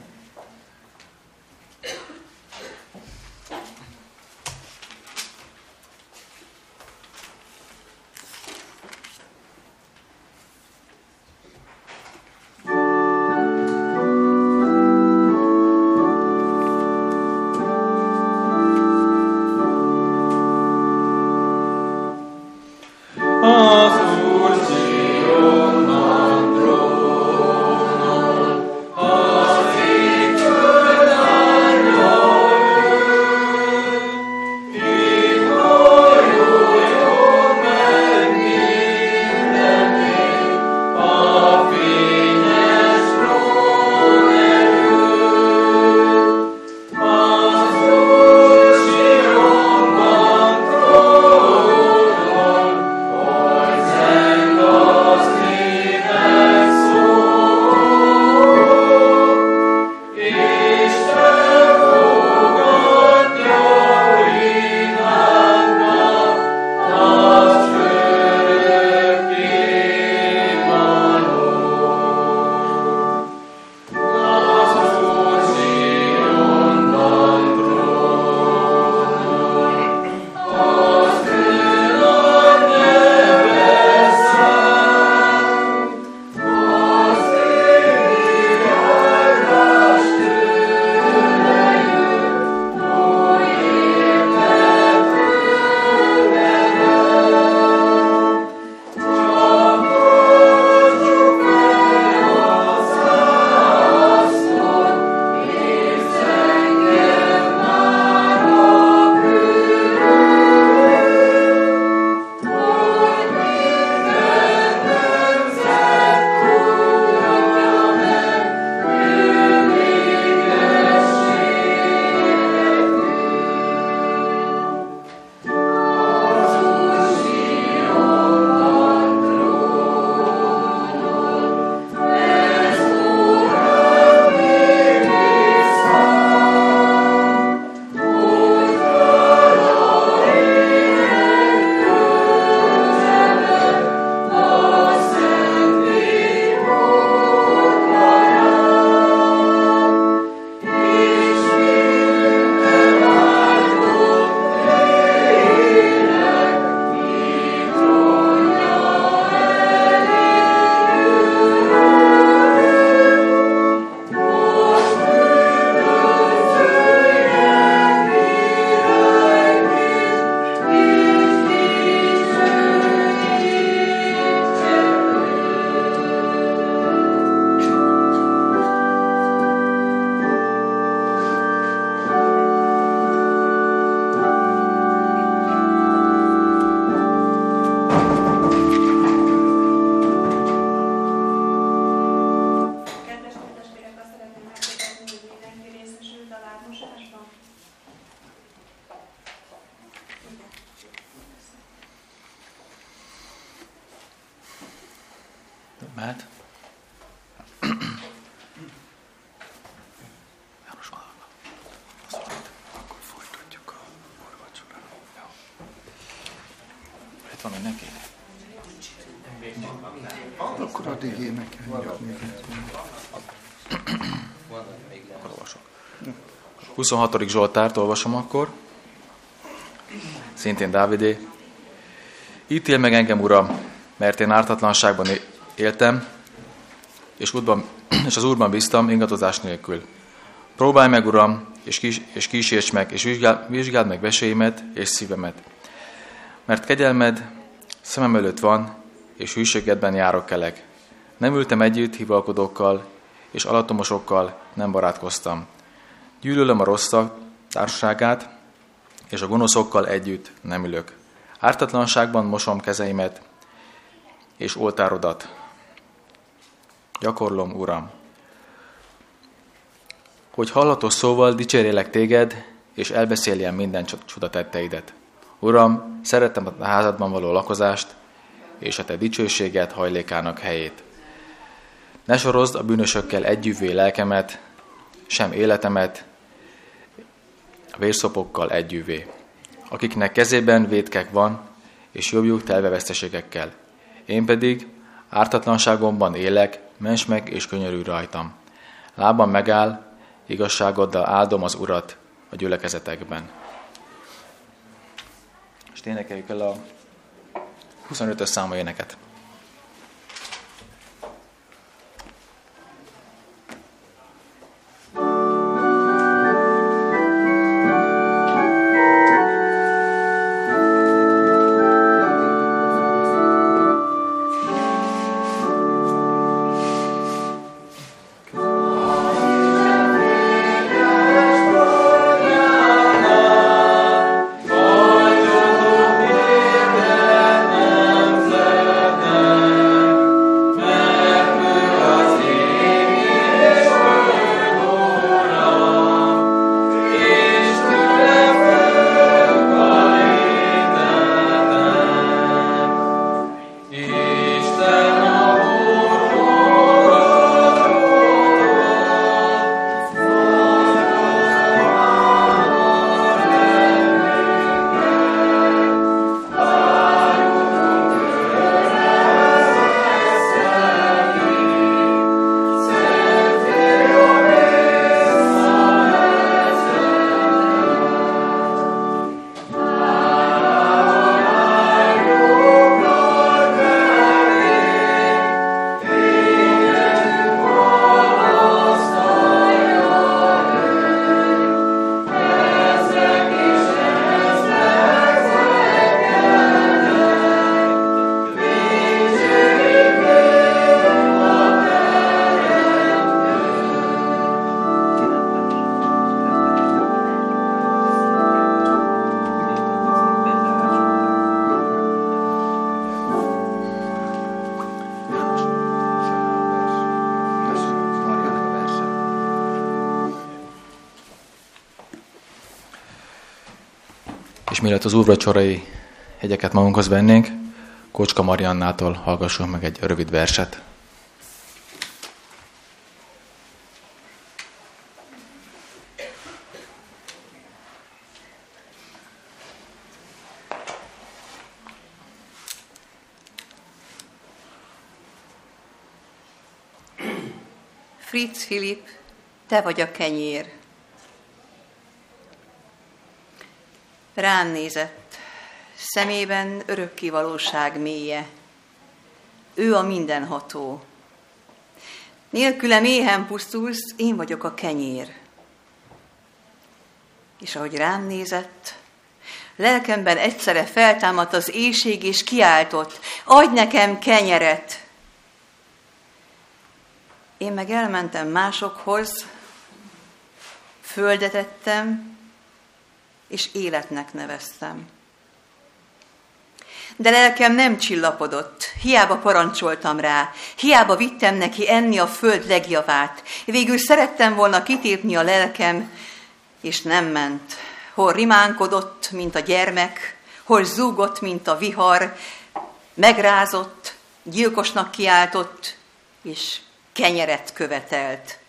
Mehet? János van. Akkor folytatjuk a úrvacsorát. Jó. Itt van mindenki? Akkor addig énekeljük még. Akkor olvasok. huszonhatodik Zsoltárt olvasom akkor. Szintén Dávidé. Ítél meg engem, Uram, mert én ártatlanságban éltem, és, útban, és az Úrban bíztam ingadozás nélkül. Próbálj meg, Uram, és, kis, és kísérts meg, és vizsgál, vizsgáld meg veséimet és szívemet. Mert kegyelmed szemem előtt van, és hűségedben járok kelek. Nem ültem együtt hivalkodókkal, és alattomosokkal nem barátkoztam. Gyűlölöm a rosszak társaságát, és a gonoszokkal együtt nem ülök. Ártatlanságban mosom kezeimet, és oltárodat gyakorlom, Uram. Hogy hallatos szóval dicsérjelek téged, és elbeszéljem minden csodatetteidet. Uram, szeretem a házadban való lakozást, és a te dicsőséget hajlékának helyét. Ne sorozd a bűnösökkel együvé lelkemet, sem életemet a vérszopokkal együvé, akiknek kezében vétkek van, és jobbjuk telve veszteségekkel. Én pedig ártatlanságomban élek, ments meg és könyörülj rajtam. Lábam megáll, igazságoddal áldom az Urat a gyülekezetekben. És énekeljük el a huszonötös számú éneket. És mielőtt az úrvacsorai jegyeket magunkhoz vennénk, Kocska Mariannától hallgassunk meg egy rövid verset. Fritz Philipp, te vagy a kenyér. Rám nézett, szemében örökké valóság mélye. Ő a mindenható. Nélkülem éhen pusztulsz, én vagyok a kenyér. És ahogy rám nézett, lelkemben egyszerre feltámadt az éhség, és kiáltott, adj nekem kenyeret! Én meg elmentem másokhoz, földet ettem, és életnek neveztem. De lelkem nem csillapodott, hiába parancsoltam rá, hiába vittem neki enni a föld legjavát. Végül szerettem volna kitépni a lelkem, és nem ment. Hol rimánkodott, mint a gyermek, hol zúgott, mint a vihar, megrázott, gyilkosnak kiáltott, és kenyeret követelt.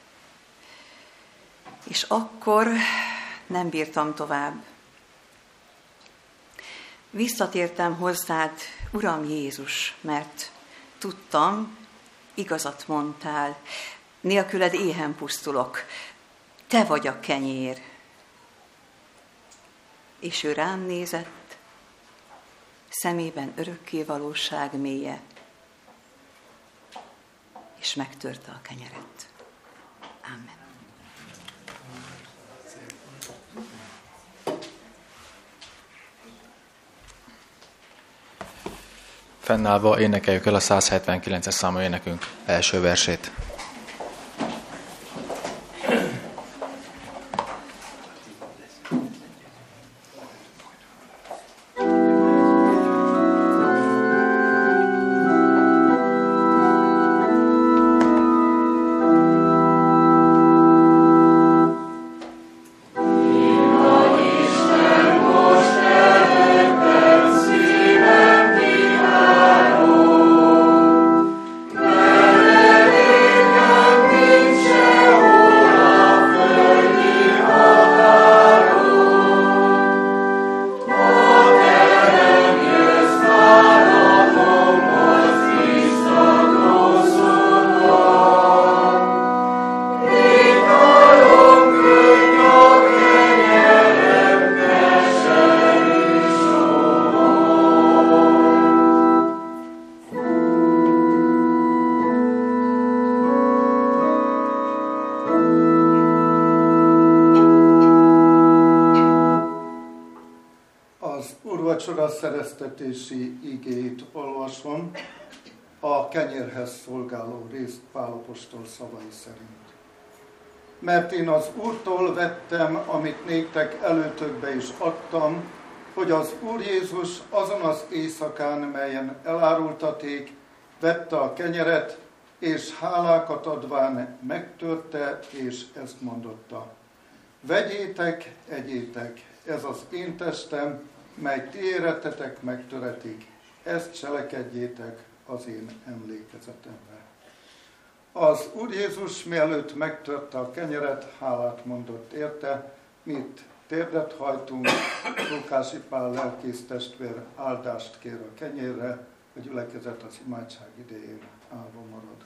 És akkor nem bírtam tovább. Visszatértem hozzád, Uram Jézus, mert tudtam, igazat mondtál, nélküled éhen pusztulok, te vagy a kenyér. És ő rám nézett, szemében örökké valóság mélye, és megtörte a kenyeret. Amen. Fennállva énekeljük el a száz hetvenkilences számú énekünk első versét. úrvacsora szereztetési igéit olvasom, a kenyérhez szolgáló részt Pál apostol szavai szerint. Mert én az Úrtól vettem, amit néktek előtökbe is adtam, hogy az Úr Jézus azon az éjszakán, melyen elárultaték, vette a kenyeret, és hálákat adván megtörte, és ezt mondotta: vegyétek, egyétek, ez az én testem, mely ti érettetek megtöretik, ezt cselekedjétek az én emlékezetemre. Az Úr Jézus mielőtt megtörte a kenyeret, hálát mondott érte, mit térdet hajtunk, Lukási Pál lelkész testvér áldást kér a kenyérre, a gyülekezet az imádság idején állva marad.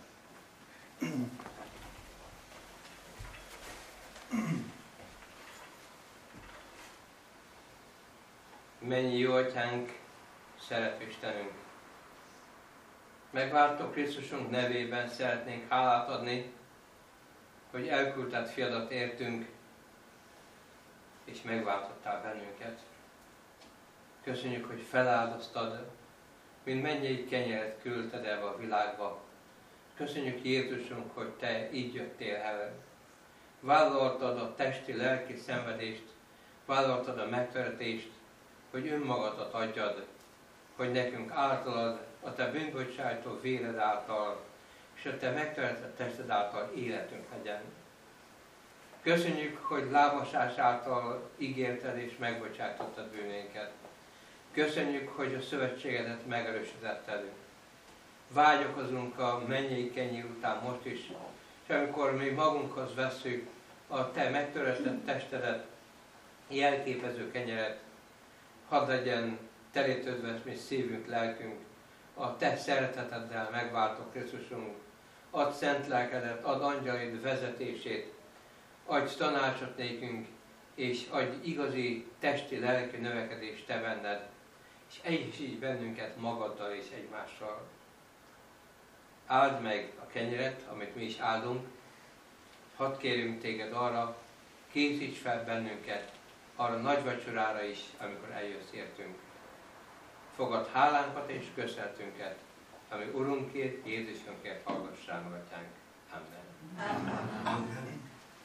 Mennyi jó atyánk, szerető Istenünk! Megváltó Krisztusunk nevében szeretnénk hálát adni, hogy elküldted fiadat értünk, és megváltottál bennünket. Köszönjük, hogy feláldoztad, mint mennyei kenyeret küldted ebbe a világba. Köszönjük, Jézusunk, hogy te így jöttél el. Vállaltad a testi, lelki szenvedést, vállaltad a megtöretést, hogy önmagadat adjad, hogy nekünk általad, a te bűnbocsájtó véred által, és a te megtöretett tested által életünk legyen. Köszönjük, hogy lábasás által ígérted és megbocsájtottad bűnénket. Köszönjük, hogy a szövetségedet megerősítetted. Vágyakozunk a mennyei kenyér után most is, és amikor mi magunkhoz vesszük a te megtöretett testedet, jelképező kenyeret, hadd legyen telítődve mi szívünk, lelkünk, a te szereteteddel megváltó Krisztusunk. Add szent lelkedet, add angyalid vezetését, adj tanácsot nékünk, és adj igazi testi, lelki növekedést te benned, és egyesíts bennünket magaddal és egymással. Áld meg a kenyeret, amit mi is áldunk, hadd kérjünk téged arra, készíts fel bennünket arra nagy vacsorára is, amikor eljössz értünk. Fogad hálánkat és köszönetünket, ami Urunkért, Jézusunkért hallgassál meg, atyánk. Amen. Amen.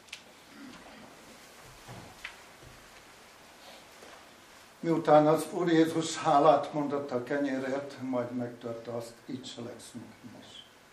Miután az Úr Jézus hálát mondott a kenyérért, majd megtörte azt, így cselekszünk mi is.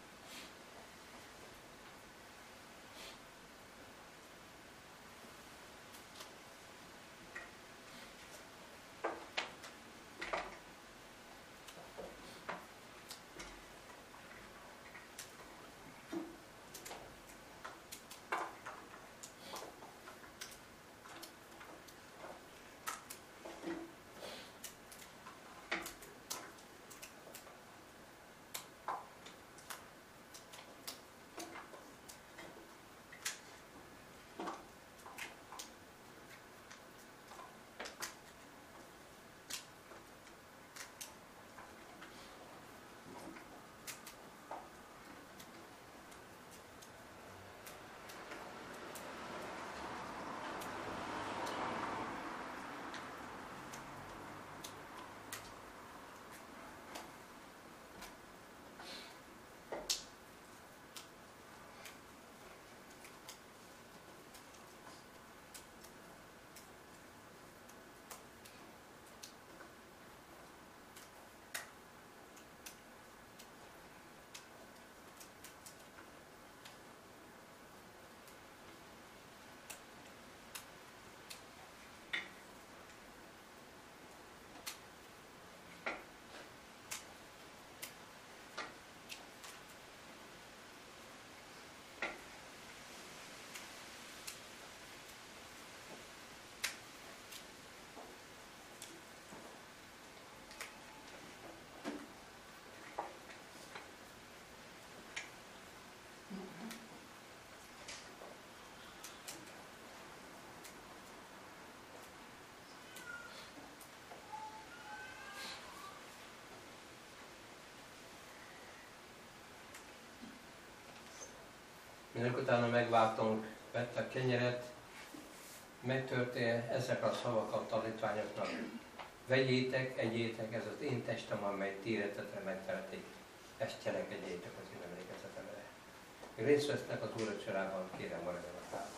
Minek utána megváltunk, vette a kenyeret, megtörtél ezek a szavak a tanítványoknak. Vegyétek, egyétek, ez az én testem, amely ti életetre megteretik. Ezt cselekedjétek az én emlékezetemre. Részt vesznek az úrvacsorában, kérem maradjanak távol.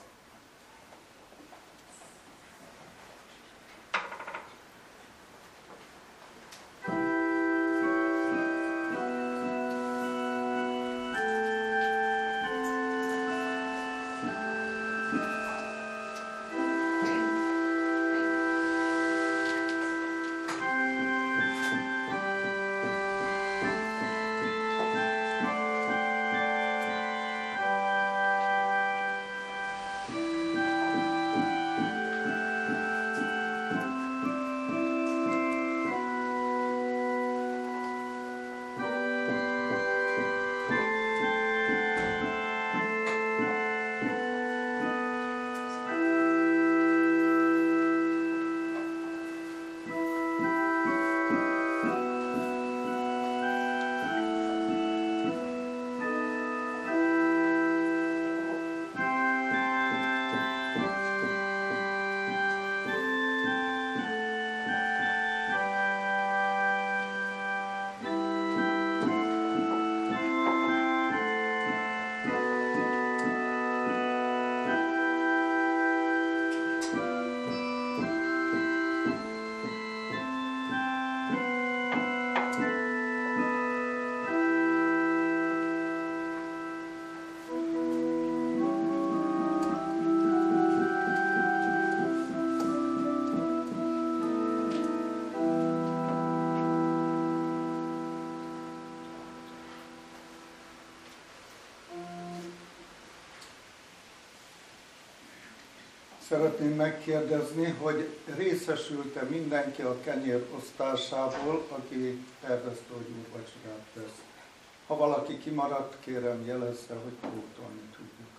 Szeretném megkérdezni, hogy részesült-e mindenki a kenyér osztásából, aki tervezte, hogy úrvacsorát tesz. Ha valaki kimaradt, kérem jelezze, hogy pótolni tudjuk.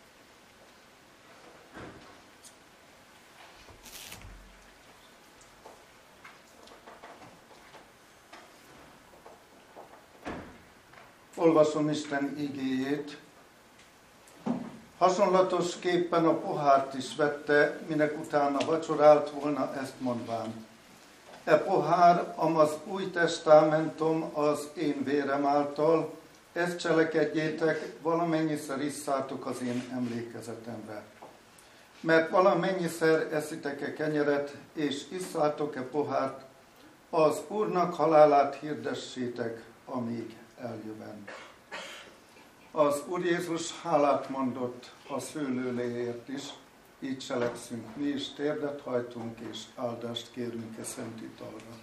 Olvasom Isten igéjét. Hasonlatosképpen a pohárt is vette, minek utána vacsorált volna, ezt mondván. E pohár, amaz új testamentum az én vérem által, ezt cselekedjétek, valamennyiszer isszátok az én emlékezetemre. Mert valamennyiszer eszitek-e kenyeret, és isszátok-e pohárt, az Úrnak halálát hirdessétek, amíg eljövend. Az Úr Jézus hálát mondott a szőlőléért is, így cselekszünk mi is, térdet hajtunk és áldást kérünk e szent italra.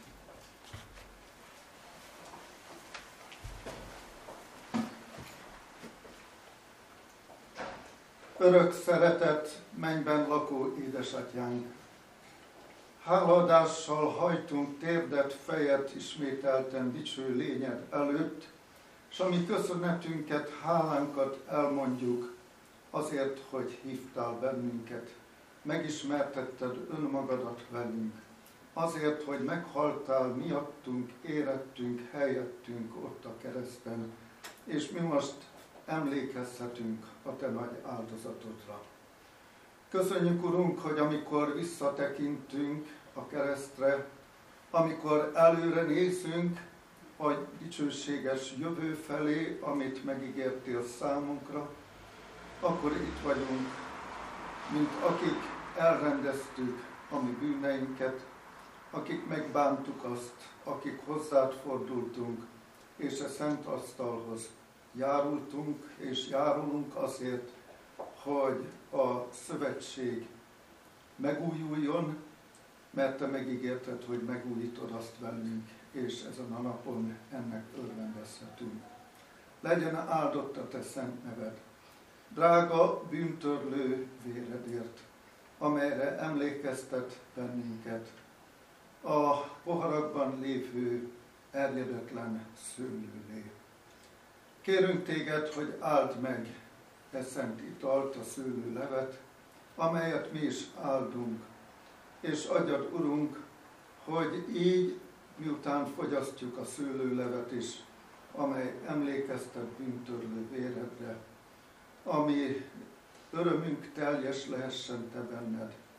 Örök szeretet, mennyben lakó édesatyánk! Hálaadással hajtunk térdet, fejet ismételten dicső lényed előtt, és a mi köszönetünket, hálánkat elmondjuk azért, hogy hívtál bennünket, megismertetted önmagadat velünk, azért, hogy meghaltál miattunk, érettünk, helyettünk ott a kereszten, és mi most emlékezhetünk a te nagy áldozatodra. Köszönjük, Urunk, hogy amikor visszatekintünk a keresztre, amikor előre nézünk, a dicsőséges jövő felé, amit megígértél számunkra, akkor itt vagyunk, mint akik elrendeztük a mi bűneinket, akik megbántuk azt, akik hozzád fordultunk, és a szent asztalhoz járultunk, és járulunk azért, hogy a szövetség megújuljon, mert te megígérted, hogy megújítod azt velünk, és ezen a napon ennek örvendezhetünk. Legyen áldott a te szent neved, drága bűntörlő véredért, amelyre emlékeztet bennünket a poharakban lévő erjedetlen szőlőlé. Kérünk téged, hogy áld meg e szent italt, a szőlőlevet, amelyet mi is áldunk, és adjad, Urunk, hogy így, miután fogyasztjuk a szőlőlevet is, amely emlékeztet bűntörlő véredre, ami örömünk teljes lehessen te benned.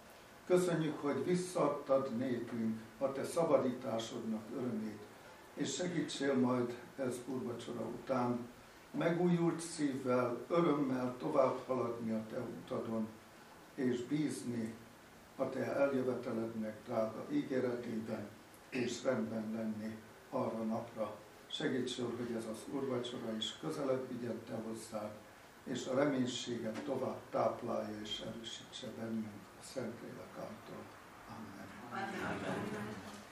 Köszönjük, hogy visszaadtad nékünk a te szabadításodnak örömét, és segítsél majd ez úrvacsora után megújult szívvel, örömmel tovább haladni a te utadon, és bízni a te eljövetelednek drága ígéretében, és rendben lenni arra napra. Segíts, Úr, hogy ez az úrvacsora is közelebb vigyen te hozzád, és a reménységet tovább táplálja és erősítse bennünk a Szentlélek által. Amen. Amen.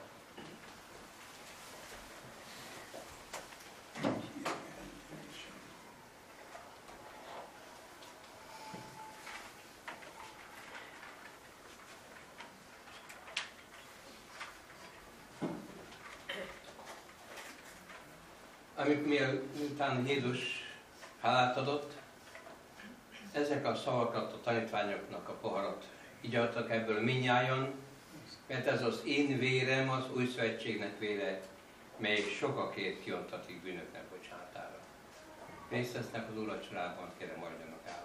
Amit miután Jézus hálát adott, ezek a szavakat a tanítványoknak a poharat igyaltak ebből minnyájan, mert ez az én vérem, az új szövetségnek vére, mely sokakért kiontatik bűnöknek bocsánatára. Részt vesznek az úrvacsorában, kérem maradjanak állva.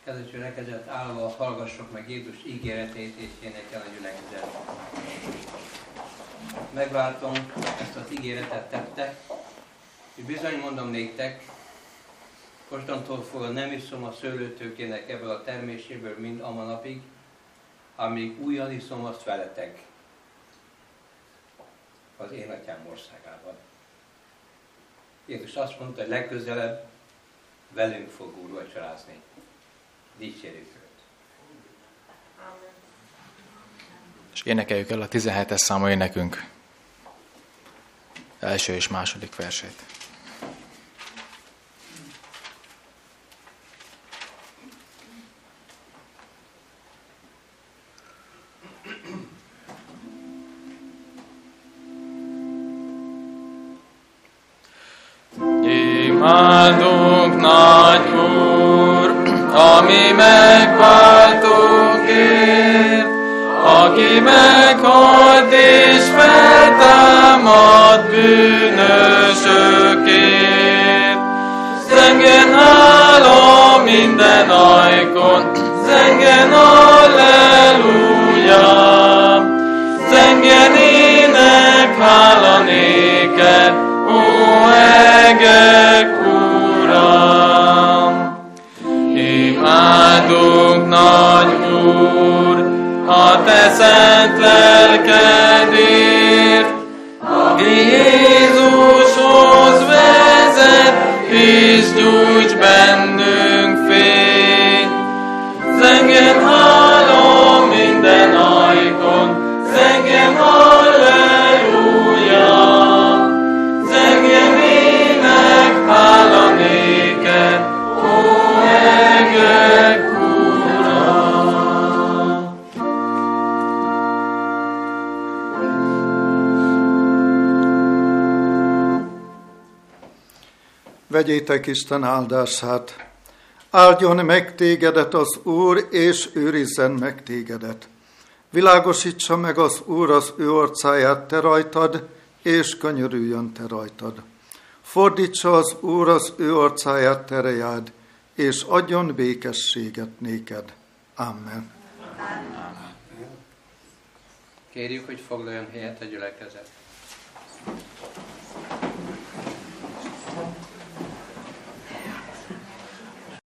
Ez a gyülekezet állva hallgassuk meg Jézus ígéretét és énekel a gyülekezet. Megváltom, ezt az ígéretet tettek, és bizony mondom néktek, mostantól fogva nem iszom a szőlőtőkének ebből a terméséből mind a napig, amíg újjan iszom azt veletek az én atyám országában. Jézus azt mondta, hogy legközelebb velünk fog úrvacsorázni. Dicsérjük őt. És énekeljük el a tizenhetes számú énekünk első és második versét. Imádunk, nagy Úr, ami megváltókért, aki meghalt és feltámad bűnösökért. Zengen hála minden ajkon, zengen halleluja, zengen ének hála néked, ó egek Uram. Imádunk, nagy Úr, a te szent lelkedért, aki Jézushoz vezet, és gyújts bennünk fény. Zengen hála minden ajkon, zengen halleluja, zengen ének hála néked, ó egek Uram. Vegyétek Isten áldását! Áldjon meg tégedet az Úr, és őrizzen meg tégedet. Világosítsa meg az Úr az ő orcáját te rajtad, és könyörüljön te rajtad. Fordítsa az Úr az ő orcáját te rejád, és adjon békességet néked. Amen. Kérjük, hogy foglaljon helyet a gyülekezet.